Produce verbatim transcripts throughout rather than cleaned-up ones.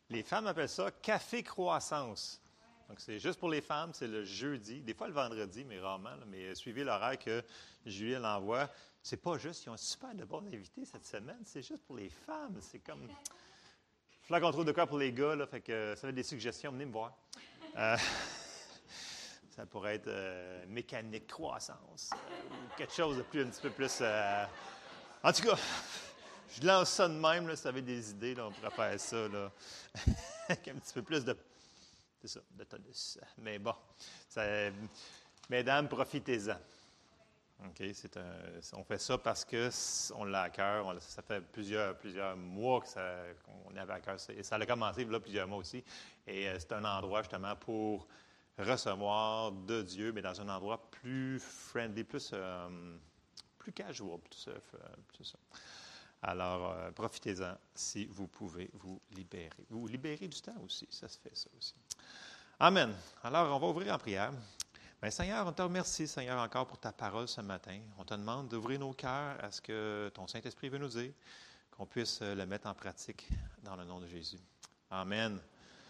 Les femmes appellent ça café croissance. Donc, c'est juste pour les femmes, c'est le jeudi, des fois le vendredi, mais rarement. Là, mais suivez l'horaire que Julie l'envoie. C'est pas juste, ils ont super de bons invités cette semaine, c'est juste pour les femmes. C'est comme. Il faut qu'on trouve de quoi pour les gars, là, fait que ça va être des suggestions, venez me voir. Euh, ça pourrait être euh, mécanique croissance, euh, ou quelque chose de plus, un petit peu plus. Euh... En tout cas, je lance ça de même, là, si vous avez des idées, là, on pourrait faire ça, là, avec un petit peu plus de. C'est ça, de tonus. Mais bon, ça, mesdames, profitez-en. OK, c'est un, on fait ça parce qu'on l'a à cœur. On, ça fait plusieurs, plusieurs mois que ça, qu'on avait à cœur. Et ça a commencé là plusieurs mois aussi. Et euh, c'est un endroit justement pour recevoir de Dieu, mais dans un endroit plus friendly, plus, euh, plus casual, plus, euh, plus ça. Alors, euh, profitez-en si vous pouvez vous libérer. Vous libérez du temps aussi, ça se fait ça aussi. Amen. Alors, on va ouvrir en prière. Bien, Seigneur, on te remercie, Seigneur, encore pour ta parole ce matin. On te demande d'ouvrir nos cœurs à ce que ton Saint-Esprit veut nous dire, qu'on puisse le mettre en pratique dans le nom de Jésus. Amen.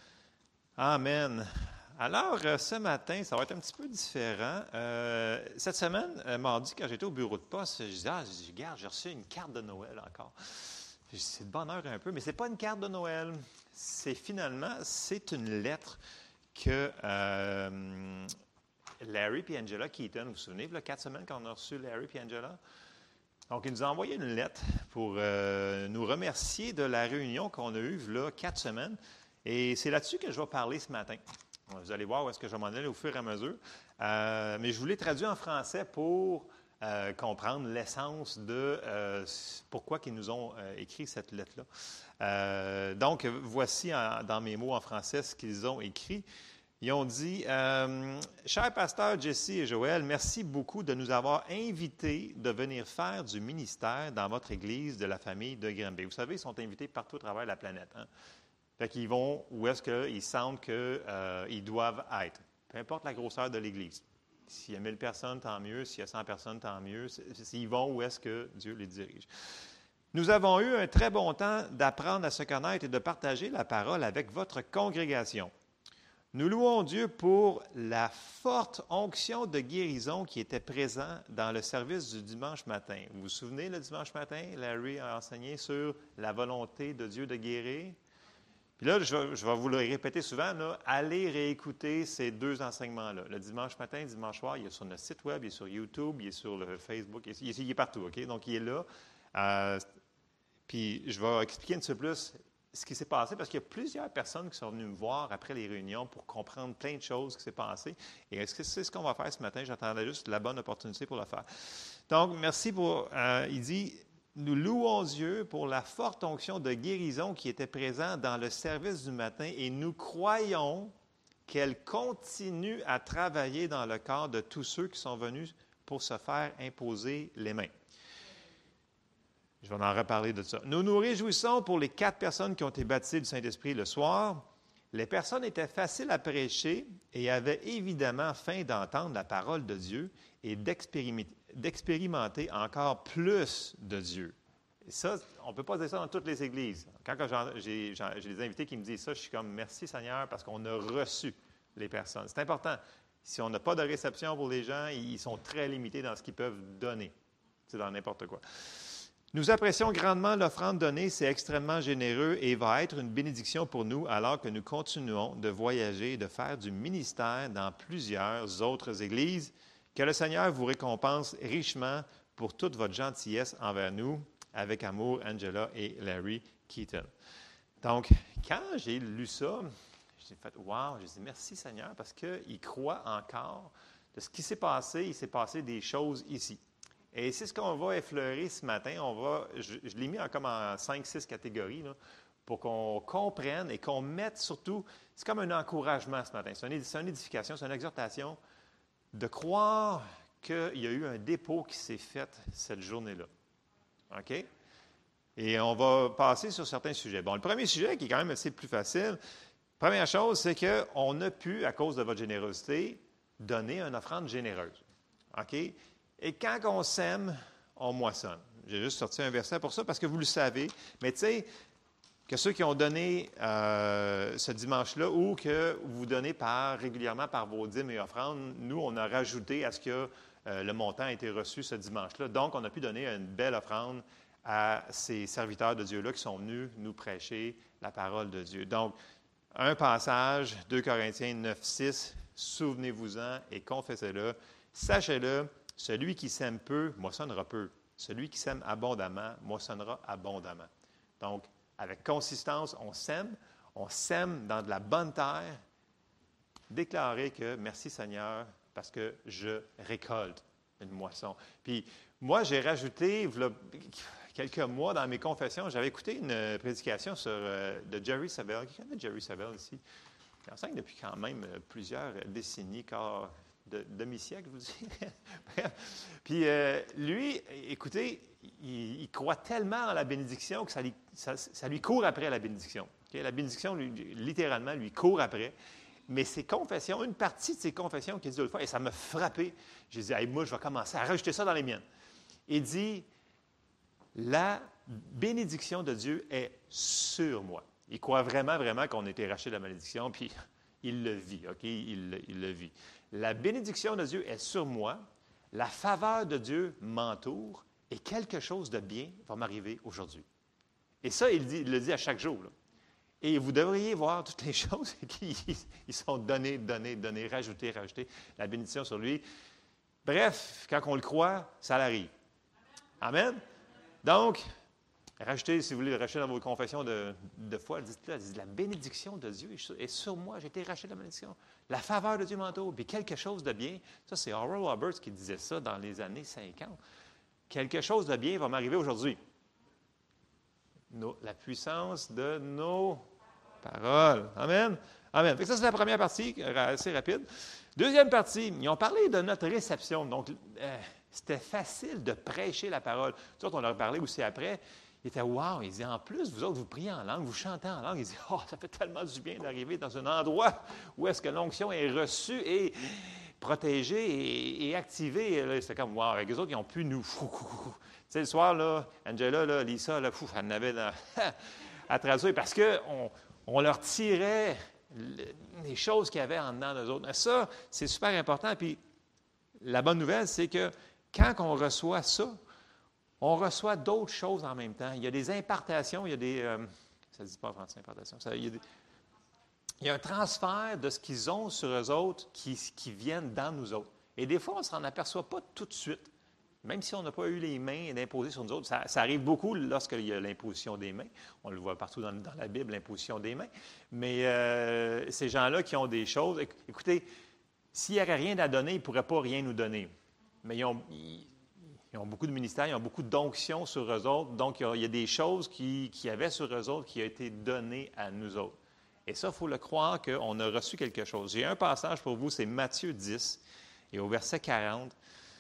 Amen. Alors, ce matin, ça va être un petit peu différent. Euh, cette semaine, mardi, quand j'étais au bureau de poste, je disais, ah, je regarde, j'ai reçu une carte de Noël encore. C'est de bonne heure un peu, mais ce n'est pas une carte de Noël. C'est finalement, c'est une lettre que euh, Larry et Angela Keaton, vous vous souvenez, il y a quatre semaines qu'on a reçu Larry et Angela? Donc, ils nous ont envoyé une lettre pour euh, nous remercier de la réunion qu'on a eue là, quatre semaines. Et c'est là-dessus que je vais parler ce matin. Vous allez voir où est-ce que je vais m'en aller au fur et à mesure. Euh, mais je vous l'ai traduit en français pour euh, comprendre l'essence de euh, pourquoi ils nous ont euh, écrit cette lettre-là. Euh, donc, voici en, dans mes mots en français ce qu'ils ont écrit. Ils ont dit euh, « Cher pasteur Jesse et Joël, merci beaucoup de nous avoir invités de venir faire du ministère dans votre église de la famille de Granby. » Vous savez, ils sont invités partout à travers la planète. Hein? Fait qu'ils vont où est-ce qu'ils sentent qu'ils euh, doivent être, peu importe la grosseur de l'Église. S'il y a mille personnes, tant mieux. S'il y a cent personnes, tant mieux. S'ils vont où est-ce que Dieu les dirige. Nous avons eu un très bon temps d'apprendre à se connaître et de partager la parole avec votre congrégation. Nous louons Dieu pour la forte onction de guérison qui était présente dans le service du dimanche matin. Vous vous souvenez, le dimanche matin, Larry a enseigné sur la volonté de Dieu de guérir. Puis là, je vais, je vais vous le répéter souvent, là, allez réécouter ces deux enseignements-là. Le dimanche matin, le dimanche soir, il est sur notre site web, il est sur YouTube, il est sur le Facebook, il est, il est, il est partout, OK? Donc, il est là. Euh, puis, je vais expliquer un petit peu plus ce qui s'est passé, parce qu'il y a plusieurs personnes qui sont venues me voir après les réunions pour comprendre plein de choses qui s'est passé. Et est-ce que c'est ce qu'on va faire ce matin? J'attendais juste la bonne opportunité pour le faire. Donc, merci pour... Euh, il dit... Nous louons Dieu pour la forte onction de guérison qui était présente dans le service du matin et nous croyons qu'elle continue à travailler dans le corps de tous ceux qui sont venus pour se faire imposer les mains. Je vais en reparler de ça. Nous nous réjouissons pour les quatre personnes qui ont été baptisées du Saint-Esprit le soir. Les personnes étaient faciles à prêcher et avaient évidemment faim d'entendre la parole de Dieu et d'expérimenter, d'expérimenter encore plus de Dieu. Et ça, on ne peut pas dire ça dans toutes les églises. Quand, quand j'ai, j'ai, j'ai des invités qui me disent ça, je suis comme « Merci Seigneur » parce qu'on a reçu les personnes. C'est important. Si on n'a pas de réception pour les gens, ils sont très limités dans ce qu'ils peuvent donner. C'est dans n'importe quoi. Nous apprécions grandement l'offrande donnée, c'est extrêmement généreux et va être une bénédiction pour nous alors que nous continuons de voyager et de faire du ministère dans plusieurs autres églises. Que le Seigneur vous récompense richement pour toute votre gentillesse envers nous, avec amour, Angela et Larry Keaton. Donc, quand j'ai lu ça, j'ai fait « Wow », j'ai dit « Merci Seigneur » parce qu'il croit encore de ce qui s'est passé. Il s'est passé des choses ici. Et c'est ce qu'on va effleurer ce matin. On va, je, je l'ai mis en, comme en cinq six catégories là, pour qu'on comprenne et qu'on mette surtout, c'est comme un encouragement ce matin. C'est une, c'est une édification, c'est une exhortation de croire qu'il y a eu un dépôt qui s'est fait cette journée-là. OK? Et on va passer sur certains sujets. Bon, le premier sujet, qui est quand même assez plus facile, première chose, c'est qu'on a pu, à cause de votre générosité, donner une offrande généreuse. OK? Et quand on sème, on moissonne. J'ai juste sorti un verset pour ça, parce que vous le savez. Mais tu sais, que ceux qui ont donné euh, ce dimanche-là ou que vous donnez par, régulièrement par vos dîmes et offrandes, nous, on a rajouté à ce que euh, le montant a été reçu ce dimanche-là. Donc, on a pu donner une belle offrande à ces serviteurs de Dieu-là qui sont venus nous prêcher la parole de Dieu. Donc, un passage, deux Corinthiens neuf, six, souvenez-vous-en et confessez-le. Sachez-le, celui qui sème peu, moissonnera peu. Celui qui sème abondamment, moissonnera abondamment. Donc, avec consistance, on sème, on sème dans de la bonne terre. Déclarez que merci Seigneur parce que je récolte une moisson. Puis moi, j'ai rajouté, il y a quelques mois dans mes confessions, j'avais écouté une prédication sur, euh, de Jerry Savelle. Qui connaît Jerry Savelle ici? Il enseigne depuis quand même plusieurs décennies, car de demi-siècle, je vous dis. Puis euh, lui, écoutez, il, il croit tellement en la bénédiction que ça lui, ça, ça lui court après la bénédiction. Okay? La bénédiction, lui, littéralement, lui court après. Mais ses confessions, une partie de ses confessions qu'il dit l'autre fois, et ça m'a frappé. J'ai dit, hey, moi, je vais commencer à rajouter ça dans les miennes. Il dit, la bénédiction de Dieu est sur moi. Il croit vraiment, vraiment qu'on a été racheté de la malédiction, puis il le vit, OK? Il, il le vit. La bénédiction de Dieu est sur moi, la faveur de Dieu m'entoure, et quelque chose de bien va m'arriver aujourd'hui. Et ça, il, dit, il le dit à chaque jour, là. Et vous devriez voir toutes les choses qui ils sont données, données, données, rajoutées, rajoutées, la bénédiction sur lui. Bref, quand on le croit, ça arrive. Amen? Donc, rajoutez, si vous voulez le racheter dans vos confessions de, de foi, dites-le, dites, la bénédiction de Dieu est sur moi, j'ai été racheté de la bénédiction. La faveur de Dieu m'entoure, puis quelque chose de bien. Ça, c'est Oral Roberts qui disait ça dans les années cinquante. Quelque chose de bien va m'arriver aujourd'hui. Nos, la puissance de nos paroles. Amen. Amen. Fait que ça, c'est la première partie, assez rapide. Deuxième partie, ils ont parlé de notre réception. Donc, euh, c'était facile de prêcher la parole. Tu vois, on leur parlait aussi après. Ils étaient « wow ». Ils disaient « en plus, vous autres, vous priez en langue, vous chantez en langue ». Ils disaient « oh, ça fait tellement du bien d'arriver dans un endroit où est-ce que l'onction est reçue et protégée et, et activée. » C'était comme « wow ». Avec eux autres, ils ont pu nous... Tu sais, le soir, là, Angela, là, Lisa, là, pouf, elle en avait dans, à traduire parce qu'on on leur tirait le, les choses qu'il y avait en dedans d'eux autres. Ça, c'est super important. Puis, la bonne nouvelle, c'est que quand on reçoit ça, on reçoit d'autres choses en même temps. Il y a des impartations, il y a des... Euh, ça ne se dit pas en français, impartation. Ça, il, y a des, il y a un transfert de ce qu'ils ont sur eux autres qui, qui viennent dans nous autres. Et des fois, on ne s'en aperçoit pas tout de suite. Même si on n'a pas eu les mains d'imposer sur nous autres, ça, ça arrive beaucoup lorsqu'il y a l'imposition des mains. On le voit partout dans, dans la Bible, l'imposition des mains. Mais euh, ces gens-là qui ont des choses... Écoutez, s'il n'y avait rien à donner, ils ne pourraient pas rien nous donner. Mais ils ont, ils, ils ont beaucoup de ministères, ils ont beaucoup d'onctions sur eux autres. Donc, il y a, il y a des choses qui, qui avaient sur eux autres qui ont été données à nous autres. Et ça, il faut le croire qu'on a reçu quelque chose. J'ai un passage pour vous, c'est Matthieu dix, et au verset quarante,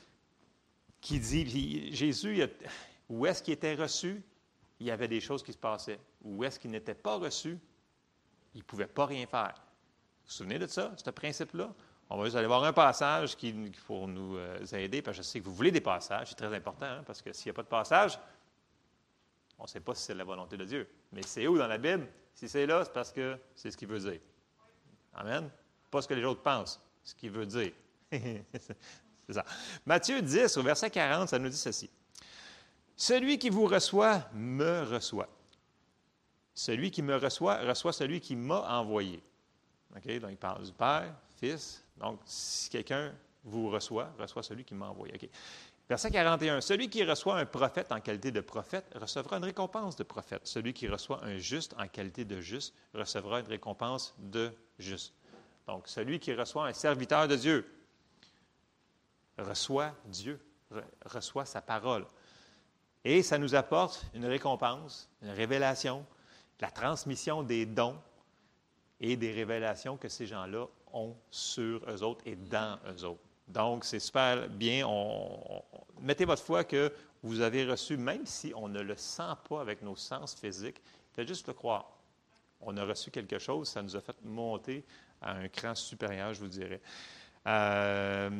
qui dit, puis Jésus, il a, où est-ce qu'il était reçu? Il y avait des choses qui se passaient. Où est-ce qu'il n'était pas reçu? Il ne pouvait pas rien faire. Vous vous souvenez de ça, ce principe-là? On va juste aller voir un passage qui, pour nous euh, aider, parce que je sais que vous voulez des passages, c'est très important, hein, parce que s'il n'y a pas de passage, on ne sait pas si c'est la volonté de Dieu. Mais c'est où dans la Bible? Si c'est là, c'est parce que c'est ce qu'il veut dire. Amen? Pas ce que les autres pensent, ce qu'il veut dire. C'est ça. Matthieu dix, au verset quarante, ça nous dit ceci. « Celui qui vous reçoit, me reçoit. Celui qui me reçoit, reçoit celui qui m'a envoyé. » OK? Donc, il parle du Père, Fils. Donc, si quelqu'un vous reçoit, reçoit celui qui m'a envoyé. OK. Verset quarante et un. « Celui qui reçoit un prophète en qualité de prophète recevra une récompense de prophète. Celui qui reçoit un juste en qualité de juste recevra une récompense de juste. » Donc, celui qui reçoit un serviteur de Dieu reçoit Dieu, re, reçoit sa parole. Et ça nous apporte une récompense, une révélation, la transmission des dons et des révélations que ces gens-là ont sur eux autres et dans eux autres. Donc, c'est super bien. On, on, mettez votre foi que vous avez reçu, même si on ne le sent pas avec nos sens physiques, faites juste le croire. On a reçu quelque chose, ça nous a fait monter à un cran supérieur, je vous dirais. Euh,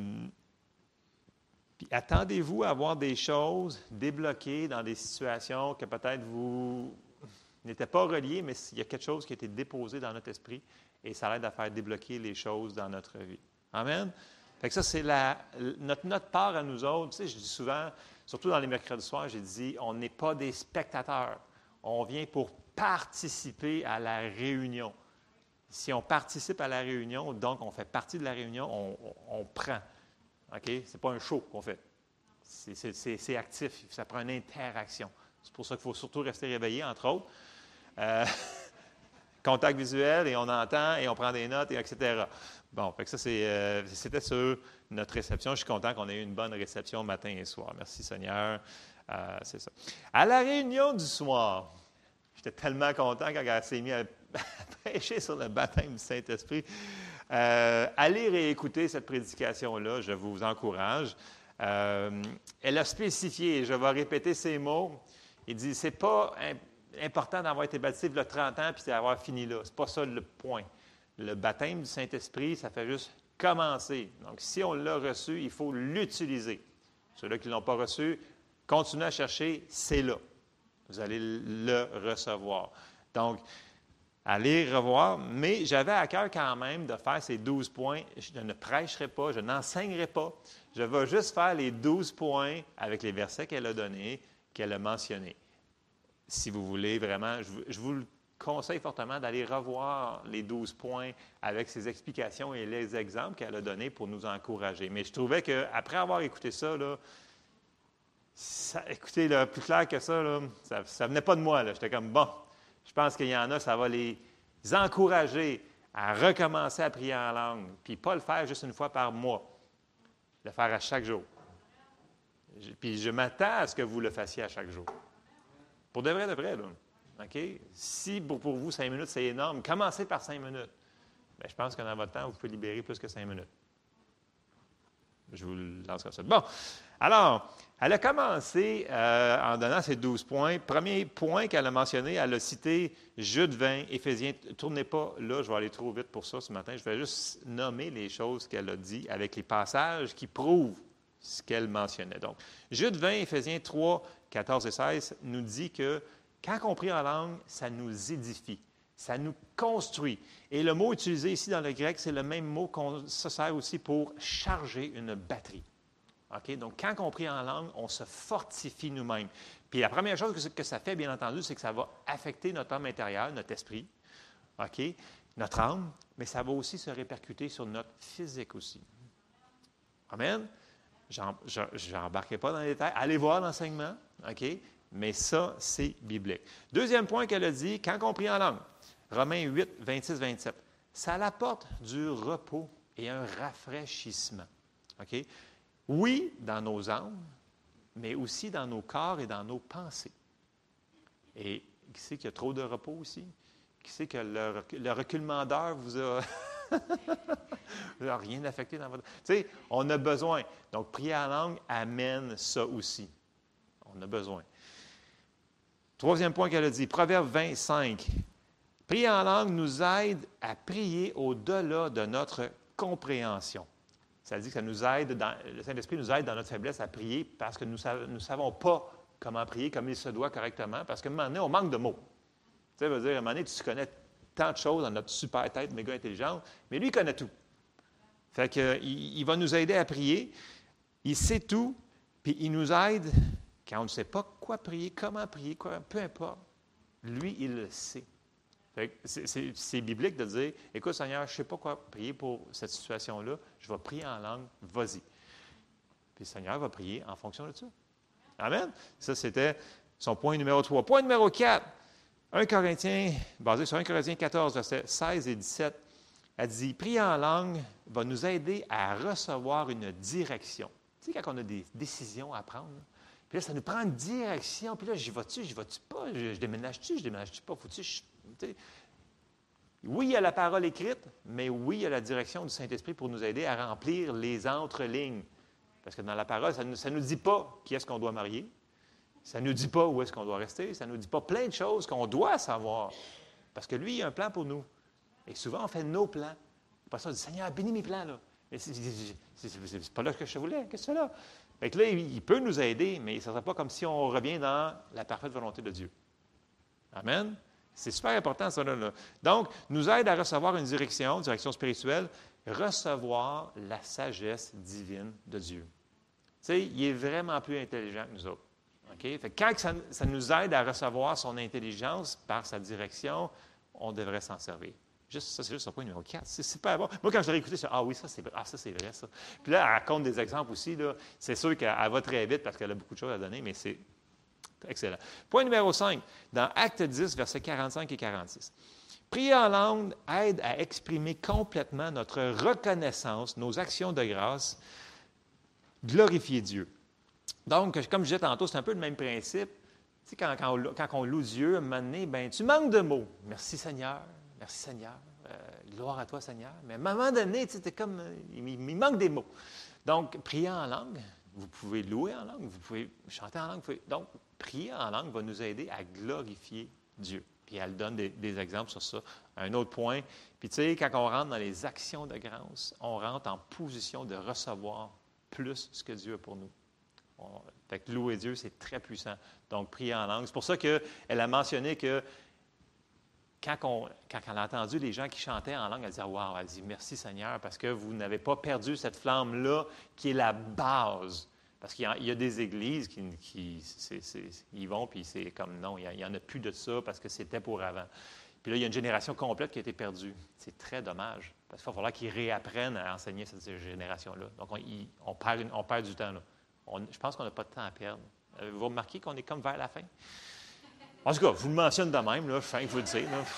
Puis attendez-vous à avoir des choses débloquées dans des situations que peut-être vous Ils n'étaient pas reliés, mais il y a quelque chose qui a été déposé dans notre esprit et ça aide à faire débloquer les choses dans notre vie. Amen? Fait que ça, c'est la, notre, notre part à nous autres. Tu sais, je dis souvent, surtout dans les mercredis soirs, j'ai dit, on n'est pas des spectateurs. On vient pour participer à la réunion. Si on participe à la réunion, donc on fait partie de la réunion, on, on, on prend. OK? Ce n'est pas un show qu'on fait. C'est, c'est, c'est, c'est actif. Ça prend une interaction. C'est pour ça qu'il faut surtout rester réveillé, entre autres. Euh, contact visuel, et on entend, et on prend des notes, et et cetera. Bon, fait que ça, c'est, euh, c'était sur notre réception. Je suis content qu'on ait eu une bonne réception matin et soir. Merci Seigneur. Euh, c'est ça. À la réunion du soir, j'étais tellement content quand elle s'est mise à prêcher sur le baptême du Saint-Esprit. Euh, allez réécouter cette prédication-là, je vous encourage. Euh, elle a spécifié, je vais répéter ces mots, il dit, c'est pas important d'avoir été baptisé il y a trente ans puis d'avoir fini là. C'est pas ça le point. Le baptême du Saint-Esprit, ça fait juste commencer. Donc, si on l'a reçu, il faut l'utiliser. Ceux-là qui ne l'ont pas reçu, continuez à chercher, c'est là. Vous allez le recevoir. Donc, allez revoir, mais j'avais à cœur quand même de faire ces douze points. Je ne prêcherai pas, je n'enseignerai pas. Je vais juste faire les douze points avec les versets qu'elle a donnés, qu'elle a mentionnés. Si vous voulez vraiment, je, je vous le conseille fortement d'aller revoir les douze points avec ses explications et les exemples qu'elle a donnés pour nous encourager. Mais je trouvais qu'après avoir écouté ça, là, ça écoutez, là, plus clair que ça, là, ça ne venait pas de moi. Là. J'étais comme, bon, je pense qu'il y en a, ça va les encourager à recommencer à prier en langue, puis pas le faire juste une fois par mois, le faire à chaque jour. Puis je m'attends à ce que vous le fassiez à chaque jour. Pour de vrai, de vrai, là. OK? Si pour, pour vous, cinq minutes, c'est énorme, commencez par cinq minutes. Bien, je pense que dans votre temps, vous pouvez libérer plus que cinq minutes. Je vous le lance comme ça. Bon, alors, elle a commencé euh, en donnant ses douze points. Premier point qu'elle a mentionné, elle a cité Jude vingt, Éphésiens. Tournez pas là, je vais aller trop vite pour ça ce matin. Je vais juste nommer les choses qu'elle a dit avec les passages qui prouvent ce qu'elle mentionnait. Donc, Jude vingt, Éphésiens trois, quatorze et seize nous dit que quand on prie en langue, ça nous édifie, ça nous construit. Et le mot utilisé ici dans le grec, c'est le même mot qu'on se sert aussi pour charger une batterie. Okay? Donc, quand on prie en langue, on se fortifie nous-mêmes. Puis la première chose que, que ça fait, bien entendu, c'est que ça va affecter notre âme intérieure, notre esprit, okay? Notre âme, mais ça va aussi se répercuter sur notre physique aussi. Amen? Je n'embarquerai pas dans les détails. Allez voir l'enseignement, OK? Mais ça, c'est biblique. Deuxième point qu'elle a dit, quand on prie en langue, Romains huit, vingt-six, vingt-sept, ça apporte du repos et un rafraîchissement. OK? Oui, dans nos âmes, mais aussi dans nos corps et dans nos pensées. Et qui sait qu'il y a trop de repos aussi? Qui sait que le, le reculement d'heure vous a... vous n'a rien affecté dans votre... Tu sais, on a besoin. Donc, prier en langue amène ça aussi. On a besoin. Troisième point qu'elle a dit, Proverbe vingt-cinq. Prier en langue nous aide à prier au-delà de notre compréhension. Ça dit que ça nous aide, dans, le Saint-Esprit nous aide dans notre faiblesse à prier parce que nous ne savons pas comment prier comme il se doit correctement, parce qu'à un moment donné, on manque de mots. Tu sais, ça veut dire, à un moment donné, tu connais tant de choses dans notre super tête méga intelligente, mais lui, il connaît tout. Fait que, il, il va nous aider à prier. Il sait tout, puis il nous aide quand on ne sait pas quoi prier, comment prier, quoi, peu importe. Lui, il le sait. Fait que c'est, c'est, c'est biblique de dire, écoute Seigneur, je ne sais pas quoi prier pour cette situation-là, je vais prier en langue, vas-y. Puis le Seigneur va prier en fonction de ça. Amen. Ça, c'était son point numéro trois. Point numéro quatre. un Corinthiens, basé sur un Corinthiens quatorze, versets seize et dix-sept, elle dit, prier en langue va nous aider à recevoir une direction. Tu sais, quand on a des décisions à prendre, là, puis là, ça nous prend une direction, puis là, j'y vais-tu, j'y vais-tu pas, je, je déménage-tu, je déménage-tu pas, faut-tu, je, tu sais. Oui, il y a la parole écrite, mais oui, il y a la direction du Saint-Esprit pour nous aider à remplir les entrelignes. Parce que dans la parole, ça ne nous dit pas qui est-ce qu'on doit marier, ça ne nous dit pas où est-ce qu'on doit rester, ça ne nous dit pas plein de choses qu'on doit savoir. Parce que lui, il a un plan pour nous. Et souvent, on fait nos plans. Pas ça, on dit, Seigneur, bénis mes plans, là. Mais c'est, c'est, c'est, c'est, c'est pas là que je voulais, qu'est-ce que c'est là? Fait que là, il peut nous aider, mais ce ne sera pas comme si on revient dans la parfaite volonté de Dieu. Amen? C'est super important, ça. Là, là. Donc, nous aide à recevoir une direction, direction spirituelle, recevoir la sagesse divine de Dieu. Tu sais, il est vraiment plus intelligent que nous autres. Okay? Fait que quand ça, ça nous aide à recevoir son intelligence par sa direction, on devrait s'en servir. Juste, ça, c'est juste le point numéro quatre. C'est super bon. Moi, quand je l'ai écouté, je me suis dit, ah oui, ça, c'est vrai. Ah, ça, c'est vrai, ça. Puis là, elle raconte des exemples aussi. Là. C'est sûr qu'elle va très vite parce qu'elle a beaucoup de choses à donner, mais c'est excellent. Point numéro cinq, dans Acte dix, versets quarante-cinq et quarante-six. Prier en langue aide à exprimer complètement notre reconnaissance, nos actions de grâce, glorifier Dieu. Donc, comme je disais tantôt, c'est un peu le même principe. Tu sais, quand, quand, on, quand on loue Dieu, à un moment donné, ben, tu manques de mots. Merci Seigneur, merci Seigneur, euh, gloire à toi Seigneur. Mais à un moment donné, tu sais, t'es comme, il, il manque des mots. Donc, prier en langue, vous pouvez louer en langue, vous pouvez chanter en langue. Vous pouvez, donc, prier en langue va nous aider à glorifier Dieu. Puis elle donne des, des exemples sur ça. Un autre point, puis tu sais, quand on rentre dans les actions de grâce, on rentre en position de recevoir plus ce que Dieu a pour nous. On, fait que louer Dieu, c'est très puissant. Donc, prier en langue. C'est pour ça qu'elle a mentionné que quand, on, quand elle a entendu les gens qui chantaient en langue, elle dit « Wow! » Elle dit « Merci Seigneur, parce que vous n'avez pas perdu cette flamme-là qui est la base. » Parce qu'il y a, il y a des églises qui, qui c'est, c'est, ils vont, puis c'est comme non, il n'y en a plus de ça parce que c'était pour avant. Puis là, il y a une génération complète qui a été perdue. C'est très dommage, parce qu'il va falloir qu'ils réapprennent à enseigner cette génération-là. Donc, on, il, on, perd, on perd du temps, là. On, je pense qu'on n'a pas de temps à perdre. Euh, vous remarquez qu'on est comme vers la fin? En tout cas, je vous le mentionne de même, là, je fais que vous le dire. Là.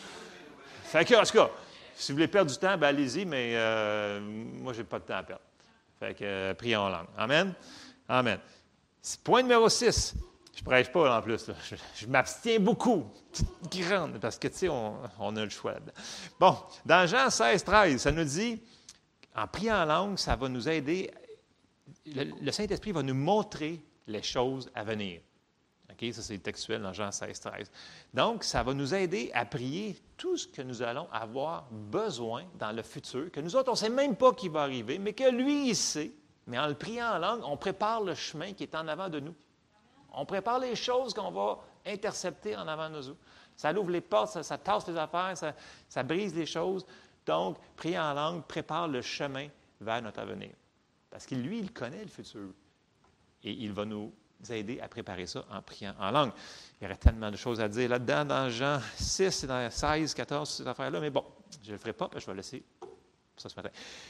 Fait que, en tout cas, si vous voulez perdre du temps, ben allez-y, mais euh, moi, je n'ai pas de temps à perdre. Fait que, euh, prions en langue. Amen? Amen. Point numéro six. Je ne prêche pas, là, en plus. Là. Je, je m'abstiens beaucoup. Grande, parce que, tu sais, on, on a le choix là-dedans. Bon, dans Jean seize, treize, ça nous dit, en priant en langue, ça va nous aider. Le, le Saint-Esprit va nous montrer les choses à venir. OK? Ça, c'est textuel dans Jean seize, treize. Donc, ça va nous aider à prier tout ce que nous allons avoir besoin dans le futur, que nous autres, on ne sait même pas qui va arriver, mais que lui, il sait. Mais en le priant en langue, on prépare le chemin qui est en avant de nous. On prépare les choses qu'on va intercepter en avant de nous. Ça ouvre les portes, ça, ça tasse les affaires, ça, ça brise les choses. Donc, prier en langue prépare le chemin vers notre avenir. Parce que lui, il connaît le futur. Et il va nous aider à préparer ça en priant en langue. Il y aurait tellement de choses à dire là-dedans, dans Jean six, dans seize, quatorze, ces affaires-là, mais bon, je ne le ferai pas, parce que je vais laisser ça ce matin.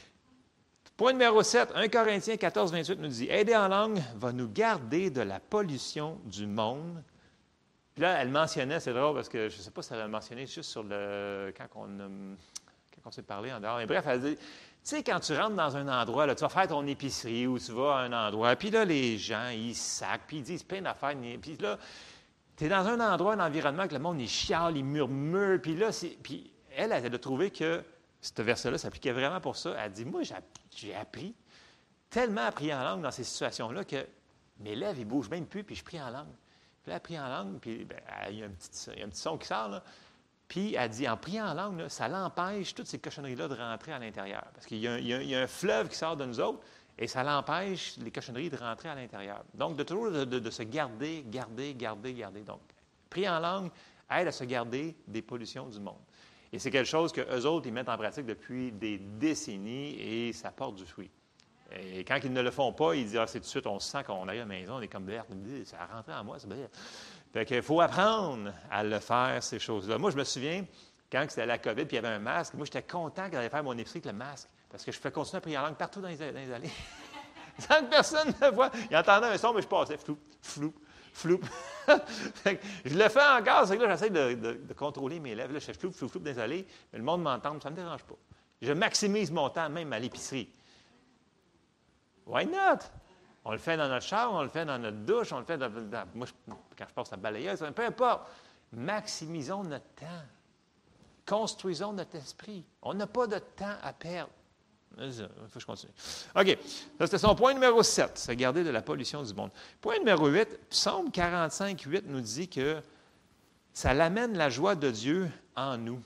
Point numéro sept, un Corinthiens quatorze, vingt-huit nous dit « Aider en langue va nous garder de la pollution du monde. » Puis là, elle mentionnait, c'est drôle, parce que je ne sais pas si elle a mentionné juste sur le... quand on, quand on s'est parlé en dehors. Mais bref, elle dit... Tu sais, quand tu rentres dans un endroit, là, tu vas faire ton épicerie ou tu vas à un endroit, puis là, les gens, ils sacent, puis ils disent plein d'affaires. Puis là, tu es dans un endroit, un environnement que le monde, il chiale, il murmure. Puis là, c'est, puis elle, elle a trouvé que ce verset-là s'appliquait vraiment pour ça. Elle dit, moi, j'ai, j'ai appris, tellement appris en langue dans ces situations-là que mes lèvres, ils ne bougent même plus, puis je prie en langue. Puis là, elle prie en langue, puis ben, il, y a un petit, il y a un petit son qui sort, là. Puis, elle dit, en priant en langue, là, ça l'empêche, toutes ces cochonneries-là, de rentrer à l'intérieur. Parce qu'il y a, un, il y a, il y a un fleuve qui sort de nous autres, et ça l'empêche, les cochonneries, de rentrer à l'intérieur. Donc, de toujours de, de, de se garder, garder, garder, garder. Donc, prier en langue aide à se garder des pollutions du monde. Et c'est quelque chose qu'eux autres, ils mettent en pratique depuis des décennies, et ça porte du fruit. Et quand ils ne le font pas, ils disent, ah, c'est tout de suite, on se sent qu'on arrive à la maison, on est comme vert, ça a rentré en moi, c'est bien. Fait qu'il faut apprendre à le faire, ces choses-là. Moi, je me souviens, quand c'était la COVID, puis il y avait un masque, moi, j'étais content qu'elle allait faire mon épicerie avec le masque, parce que je fais continuer à prier en langue partout dans les, dans les allées. Sans que personne ne voit. Il entendait un son, mais je passais, flou, flou, flou. Fait que je le fais encore, c'est que là, j'essaie de, de, de contrôler mes lèvres. Là, je fais flou, flou, flou dans les allées, mais le monde m'entend, ça ne me dérange pas. Je maximise mon temps, même à l'épicerie. Why not? On le fait dans notre chambre, on le fait dans notre douche, on le fait dans... dans moi, je, quand je passe la balayeuse, peu importe. Maximisons notre temps. Construisons notre esprit. On n'a pas de temps à perdre. Il faut que je continue. OK. Ça, c'était son point numéro sept, se garder de la pollution du monde. Point numéro huit, Psaume quarante-cinq, huit nous dit que ça l'amène la joie de Dieu en nous.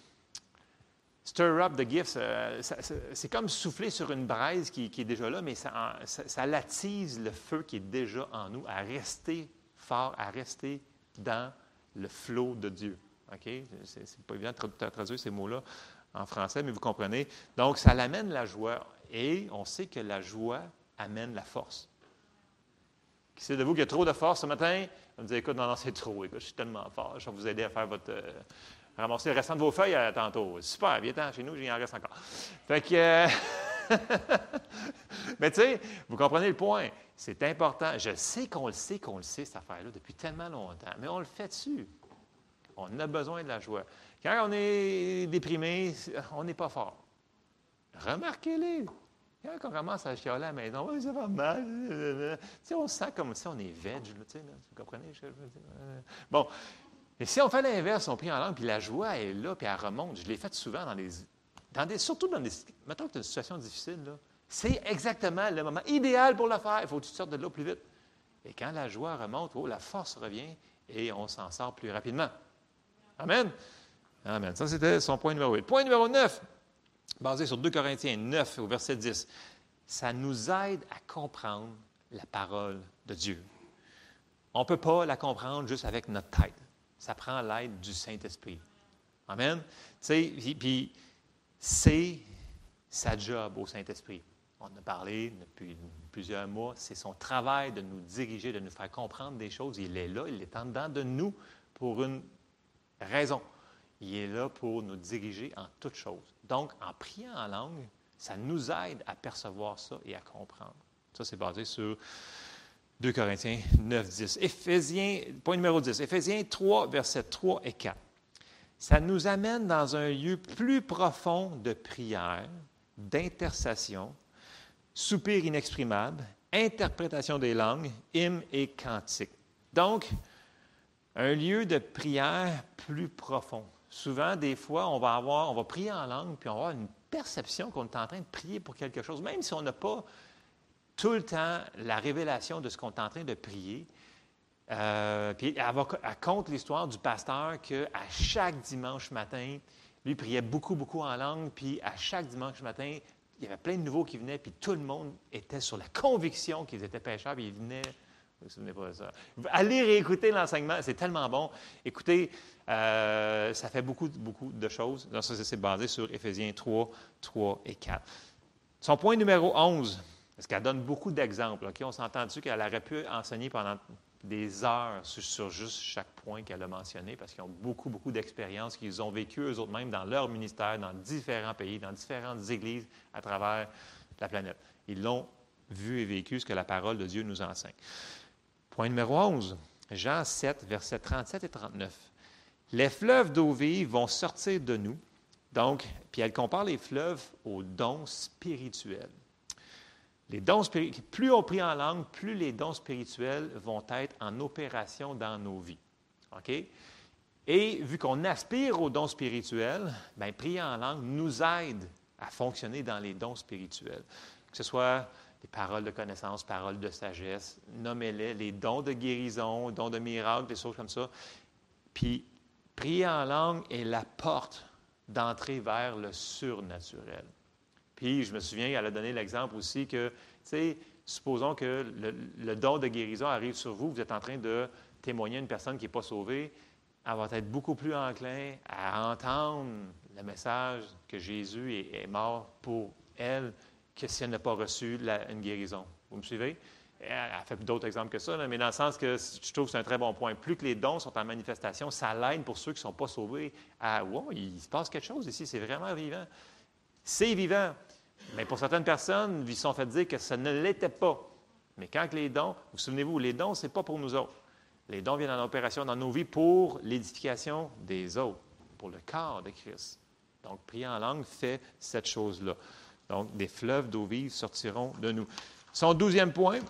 Stir up the gifts, euh, ça, ça, c'est comme souffler sur une braise qui, qui est déjà là, mais ça, ça, ça l'attise le feu qui est déjà en nous à rester fort, à rester dans le flot de Dieu. OK? C'est, c'est pas évident de traduire ces mots-là en français, mais vous comprenez. Donc, ça l'amène la joie. Et on sait que la joie amène la force. Qui c'est de vous qui a trop de force ce matin? On me dit, écoute, non, non, c'est trop. Écoute, je suis tellement fort. Je vais vous aider à faire votre... Euh, ramasser le restant de vos feuilles à, tantôt. Super, viens-t'en chez nous, il en reste encore. Fait que... Euh, mais tu sais, vous comprenez le point. C'est important. Je sais qu'on le sait, qu'on le sait, cette affaire-là, depuis tellement longtemps. Mais on le fait dessus. On a besoin de la joie. Quand on est déprimé, on n'est pas fort. Remarquez-les. Quand on commence à chialer à la maison, oui, ça va mal. Tu sais, on se sent comme si on est veg, tu sais, là, vous comprenez? Bon, et si on fait l'inverse, on prie en langue, puis la joie est là, puis elle remonte. Je l'ai fait souvent dans des, dans des surtout dans des, mettons que tu as une situation difficile, là, c'est exactement le moment idéal pour le faire. Il faut que tu sortes de là plus vite. Et quand la joie remonte, oh, la force revient, et on s'en sort plus rapidement. Amen? Amen. Ça, c'était son point numéro huit. Point numéro neuf, basé sur deux Corinthiens neuf, au verset dix. Ça nous aide à comprendre la parole de Dieu. On ne peut pas la comprendre juste avec notre tête. Ça prend l'aide du Saint-Esprit. Amen? Tu sais, puis c'est sa job au Saint-Esprit. On en a parlé depuis plusieurs mois. C'est son travail de nous diriger, de nous faire comprendre des choses. Il est là, il est en dedans de nous pour une raison. Il est là pour nous diriger en toutes choses. Donc, en priant en langue, ça nous aide à percevoir ça et à comprendre. Ça, c'est basé sur deux Corinthiens neuf, dix. Éphésiens, point numéro dix, Éphésiens trois, versets trois et quatre. Ça nous amène dans un lieu plus profond de prière, d'intercession, soupir inexprimable, interprétation des langues, hymnes et cantiques. Donc, un lieu de prière plus profond. Souvent, des fois, on va avoir, on va prier en langue, puis on va avoir une perception qu'on est en train de prier pour quelque chose, même si on n'a pas tout le temps la révélation de ce qu'on est en train de prier. Euh, puis elle, va, elle compte l'histoire du pasteur qu'à chaque dimanche matin, lui priait beaucoup, beaucoup en langue, puis à chaque dimanche matin, il y avait plein de nouveaux qui venaient, puis tout le monde était sur la conviction qu'ils étaient pécheurs, puis ils venaient... Vous ne vous souvenez pas de ça. Allez réécouter l'enseignement, c'est tellement bon. Écoutez, euh, ça fait beaucoup, beaucoup de choses. Donc, ça, c'est basé sur Éphésiens trois, trois et quatre. Son point numéro onze, parce qu'elle donne beaucoup d'exemples. Okay? On s'entend dessus qu'elle aurait pu enseigner pendant des heures sur, sur juste chaque point qu'elle a mentionné, parce qu'ils ont beaucoup, beaucoup d'expériences qu'ils ont vécues eux-mêmes dans leur ministère, dans différents pays, dans différentes églises à travers la planète. Ils l'ont vu et vécu, ce que la parole de Dieu nous enseigne. Point numéro onze, Jean sept, versets trente-sept et trente-neuf. Les fleuves d'eau vive vont sortir de nous. Donc, puis elle compare les fleuves aux dons spirituels. Les dons spirituels, plus on prie en langue, plus les dons spirituels vont être en opération dans nos vies. OK? Et vu qu'on aspire aux dons spirituels, bien, prier en langue nous aide à fonctionner dans les dons spirituels. Que ce soit des paroles de connaissance, paroles de sagesse, nommez-les, les dons de guérison, dons de miracles, des choses comme ça. Puis, prier en langue est la porte d'entrée vers le surnaturel. Puis, je me souviens, elle a donné l'exemple aussi que, tu sais, supposons que le, le don de guérison arrive sur vous, vous êtes en train de témoigner à une personne qui n'est pas sauvée, elle va être beaucoup plus enclin à entendre le message que Jésus est, est mort pour elle, que si elle n'a pas reçu la, une guérison. Vous me suivez? Elle a fait d'autres exemples que ça, là, mais dans le sens que je trouve que c'est un très bon point. Plus que les dons sont en manifestation, ça l'aide pour ceux qui ne sont pas sauvés à « Wow, il se passe quelque chose ici, c'est vraiment vivant. » C'est vivant. Mais pour certaines personnes, ils se sont fait dire que ça ne l'était pas. Mais quand les dons, vous souvenez-vous, les dons, ce n'est pas pour nous autres. Les dons viennent en opération dans nos vies pour l'édification des autres, pour le corps de Christ. Donc, prier en langue fait cette chose-là. Donc, des fleuves d'eau vive sortiront de nous. Son douzième point,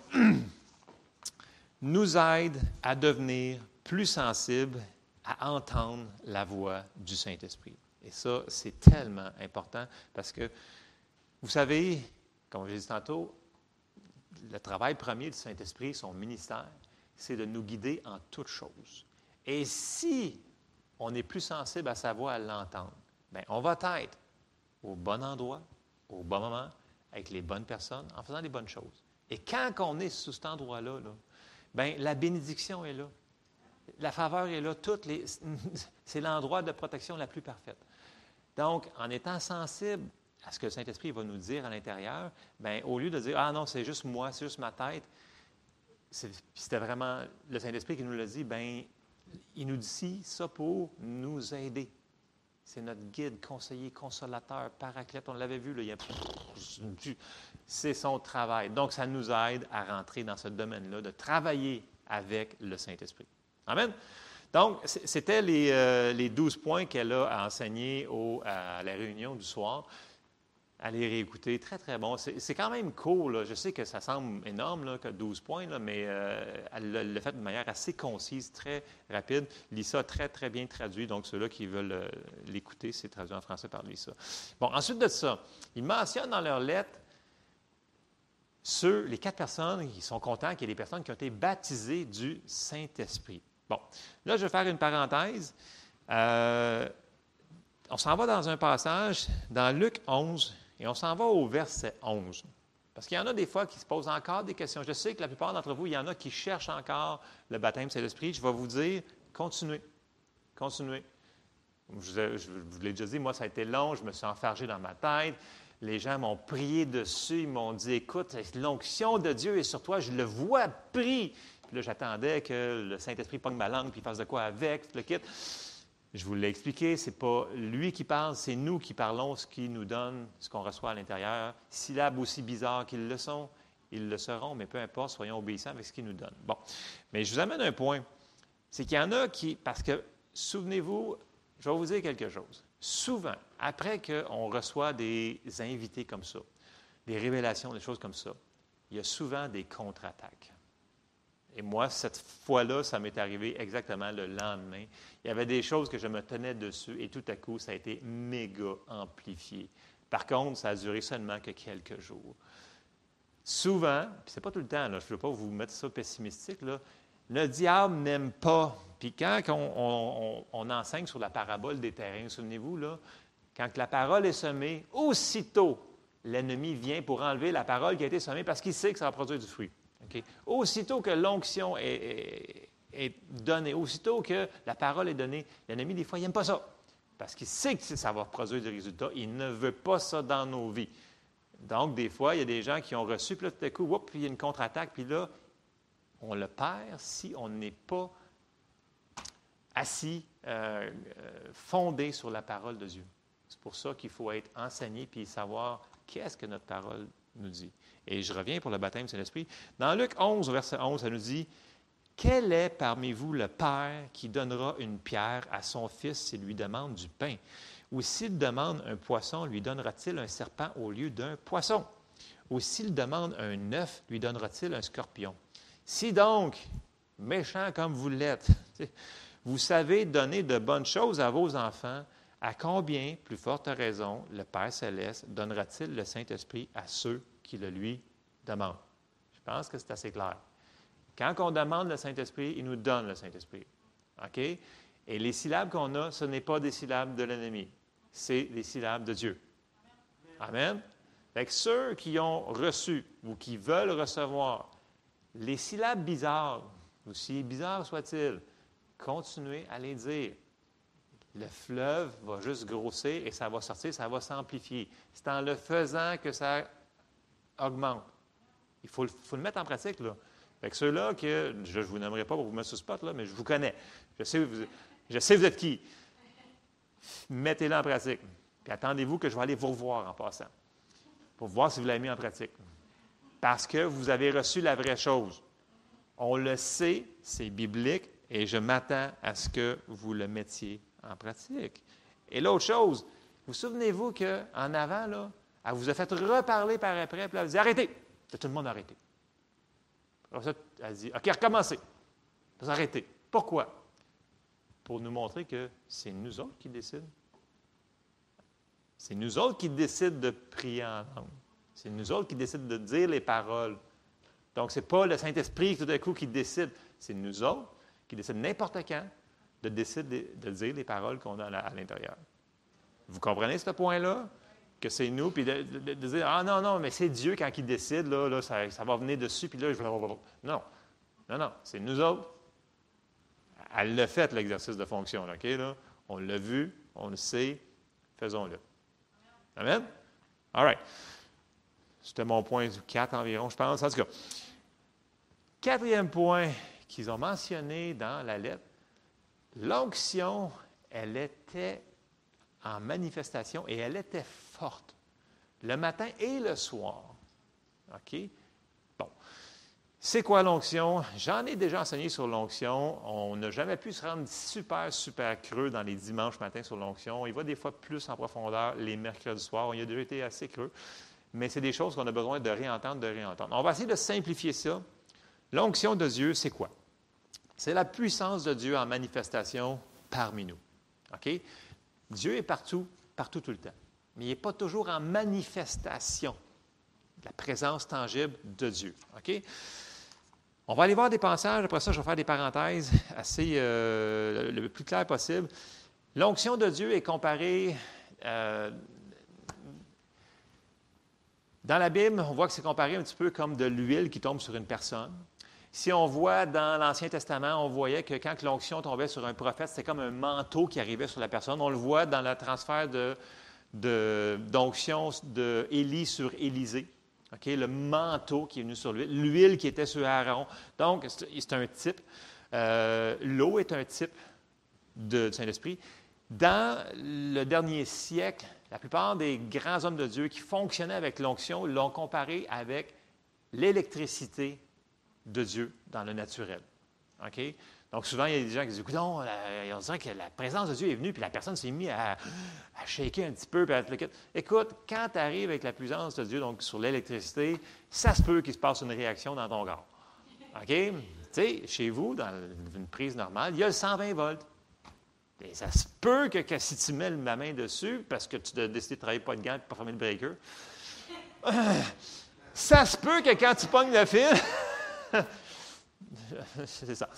nous aide à devenir plus sensibles à entendre la voix du Saint-Esprit. Et ça, c'est tellement important parce que, vous savez, comme je l'ai dit tantôt, le travail premier du Saint-Esprit, son ministère, c'est de nous guider en toutes choses. Et si on est plus sensible à sa voix, à l'entendre, bien, on va être au bon endroit, au bon moment, avec les bonnes personnes, en faisant les bonnes choses. Et quand on est sous cet endroit-là, là, bien, la bénédiction est là. la faveur est là. Toutes les, c'est l'endroit de protection la plus parfaite. Donc, en étant sensible à ce que le Saint-Esprit va nous dire à l'intérieur, bien, au lieu de dire « Ah non, c'est juste moi, c'est juste ma tête », c'était vraiment le Saint-Esprit qui nous l'a dit, bien, il nous dit ça pour nous aider. C'est notre guide, conseiller, consolateur, paraclète. On l'avait vu, là, il y a... c'est son travail. Donc, ça nous aide à rentrer dans ce domaine-là, de travailler avec le Saint-Esprit. Amen? Donc, c'était les, euh, les douze points qu'elle a enseignés au, à la réunion du soir. Allez réécouter, très, très bon. C'est, c'est quand même cool, là. Je sais que ça semble énorme, là, que douze points, là, mais euh, elle l'a, l'a fait de manière assez concise, très rapide. Lisa a très, très bien traduit, donc ceux-là qui veulent euh, l'écouter, c'est traduit en français par Lisa. Bon, ensuite de ça, ils mentionnent dans leur lettre ceux, les quatre personnes qui sont contents qu'il y ait des personnes qui ont été baptisées du Saint-Esprit. Bon, là, je vais faire une parenthèse. Euh, on s'en va dans un passage, dans Luc onze, et on s'en va au verset onze. Parce qu'il y en a des fois qui se posent encore des questions. Je sais que la plupart d'entre vous, il y en a qui cherchent encore le baptême Saint-Esprit. Je vais vous dire, continuez, continuez. Je vous, ai, je vous l'ai déjà dit, moi, ça a été long, je me suis enfargé dans ma tête. Les gens m'ont prié dessus, ils m'ont dit, écoute, l'onction de Dieu est sur toi, je le vois pris. Puis là, j'attendais que le Saint-Esprit pogne ma langue puis fasse de quoi avec, le quitte. Je vous l'ai expliqué, ce n'est pas lui qui parle, c'est nous qui parlons ce qu'il nous donne, ce qu'on reçoit à l'intérieur. Syllabes aussi bizarres qu'ils le sont, ils le seront, mais peu importe, soyons obéissants avec ce qu'il nous donne. Bon, mais je vous amène un point, c'est qu'il y en a qui, parce que, souvenez-vous, je vais vous dire quelque chose. Souvent, après qu'on reçoit des invités comme ça, des révélations, des choses comme ça, il y a souvent des contre-attaques. Et moi, cette fois-là, ça m'est arrivé exactement le lendemain. Il y avait des choses que je me tenais dessus et tout à coup, ça a été méga amplifié. Par contre, ça a duré seulement que quelques jours. Souvent, puis c'est pas tout le temps, là, je ne veux pas vous mettre ça pessimistique, là, le diable n'aime pas. Puis quand on, on, on enseigne sur la parabole des terrains, souvenez-vous, là, quand la parole est semée, aussitôt, l'ennemi vient pour enlever la parole qui a été semée parce qu'il sait que ça va produire du fruit. Okay? Aussitôt que l'onction est, est, est donnée, aussitôt que la parole est donnée, l'ennemi, des fois, il n'aime pas ça. Parce qu'il sait que ça va produire des résultats. Il ne veut pas ça dans nos vies. Donc, des fois, il y a des gens qui ont reçu, puis là, tout à coup, whoop, puis il y a une contre-attaque, puis là, on le perd si on n'est pas assis, euh, euh, fondé sur la parole de Dieu. C'est pour ça qu'il faut être enseigné puis savoir qu'est-ce que notre parole nous dit. Et je reviens pour le baptême de Saint-Esprit. Dans Luc onze, verset onze, ça nous dit « Quel est parmi vous le père qui donnera une pierre à son fils s'il lui demande du pain? Ou s'il demande un poisson, lui donnera-t-il un serpent au lieu d'un poisson? Ou s'il demande un œuf, lui donnera-t-il un scorpion? Si donc, méchant comme vous l'êtes, vous savez donner de bonnes choses à vos enfants, à combien, plus forte raison, le Père Céleste donnera-t-il le Saint-Esprit à ceux qui le lui demandent? Je pense que c'est assez clair. Quand on demande le Saint-Esprit, il nous donne le Saint-Esprit. OK? Et les syllabes qu'on a, ce n'est pas des syllabes de l'ennemi. C'est des syllabes de Dieu. Amen? Fait que ceux qui ont reçu ou qui veulent recevoir les syllabes bizarres, aussi bizarres soient-ils, continuez à les dire. Le fleuve va juste grossir et ça va sortir, ça va s'amplifier. C'est en le faisant que ça augmente. Il faut, faut le mettre en pratique, là. Fait que ceux-là que, je ne vous nommerai pas pour vous mettre sur le spot, là, mais je vous connais. Je sais, vous, je sais vous êtes qui. Mettez-le en pratique. Puis attendez-vous que je vais aller vous revoir en passant, pour voir si vous l'avez mis en pratique. Parce que vous avez reçu la vraie chose. On le sait, c'est biblique, et je m'attends à ce que vous le mettiez en pratique. Et l'autre chose, vous souvenez-vous qu'en avant, là, elle vous a fait reparler par après, puis elle a dit « Arrêtez! » Tout le monde a arrêté. Alors ça, elle a dit « OK, recommencez. » Vous arrêtez. Pourquoi? Pour nous montrer que c'est nous autres qui décident. C'est nous autres qui décident de prier en langue. C'est nous autres qui décident de dire les paroles. Donc, ce n'est pas le Saint-Esprit tout à coup qui décide. C'est nous autres qui décident n'importe quand de décider de, de dire les paroles qu'on a à, à l'intérieur. Vous comprenez ce point-là? Que c'est nous, puis de, de, de dire « Ah non, non, mais c'est Dieu quand il décide, là, là ça, ça va venir dessus, puis là, je vais... » Non, non, non, c'est nous autres. Elle l'a fait, l'exercice de fonction. Là, OK? Là? On l'a vu, on le sait, faisons-le. Amen? All right. C'était mon point quatre environ, je pense. En tout cas, quatrième point qu'ils ont mentionné dans la lettre, l'onction, elle était en manifestation et elle était forte le matin et le soir. OK? Bon. C'est quoi l'onction? J'en ai déjà enseigné sur l'onction. On n'a jamais pu se rendre super, super creux dans les dimanches matins sur l'onction. Il va des fois plus en profondeur les mercredis soirs. On y a déjà été assez creux. Mais c'est des choses qu'on a besoin de réentendre, de réentendre. On va essayer de simplifier ça. L'onction de Dieu, c'est quoi? C'est la puissance de Dieu en manifestation parmi nous. OK? Dieu est partout, partout tout le temps. Mais il n'est pas toujours en manifestation de la présence tangible de Dieu. OK? On va aller voir des passages. Après ça, je vais faire des parenthèses assez euh, le plus clair possible. L'onction de Dieu est comparée... Euh, dans la Bible, on voit que c'est comparé un petit peu comme de l'huile qui tombe sur une personne. Si on voit dans l'Ancien Testament, on voyait que quand l'onction tombait sur un prophète, c'était comme un manteau qui arrivait sur la personne. On le voit dans le transfert de, de, d'onction d'Élie sur Élisée. Okay? Le manteau qui est venu sur l'huile, l'huile qui était sur Aaron. Donc, c'est, c'est un type. Euh, l'eau est un type de, du Saint-Esprit. Dans le dernier siècle, la plupart des grands hommes de Dieu qui fonctionnaient avec l'onction l'ont comparé avec l'électricité de Dieu dans le naturel. OK? Donc, souvent, il y a des gens qui disent, écoute, on dirait que la présence de Dieu est venue, puis la personne s'est mise à, à shaker un petit peu. Puis à te... Écoute, quand tu arrives avec la puissance de Dieu, donc sur l'électricité, ça se peut qu'il se passe une réaction dans ton corps. OK? Tu sais, chez vous, dans une prise normale, il y a le cent vingt volts. Et ça se peut que, que si tu mets ma main dessus, parce que tu as décidé de travailler pas de gants et pas fermer le breaker, ça se peut que quand tu pognes le fil, c'est ça,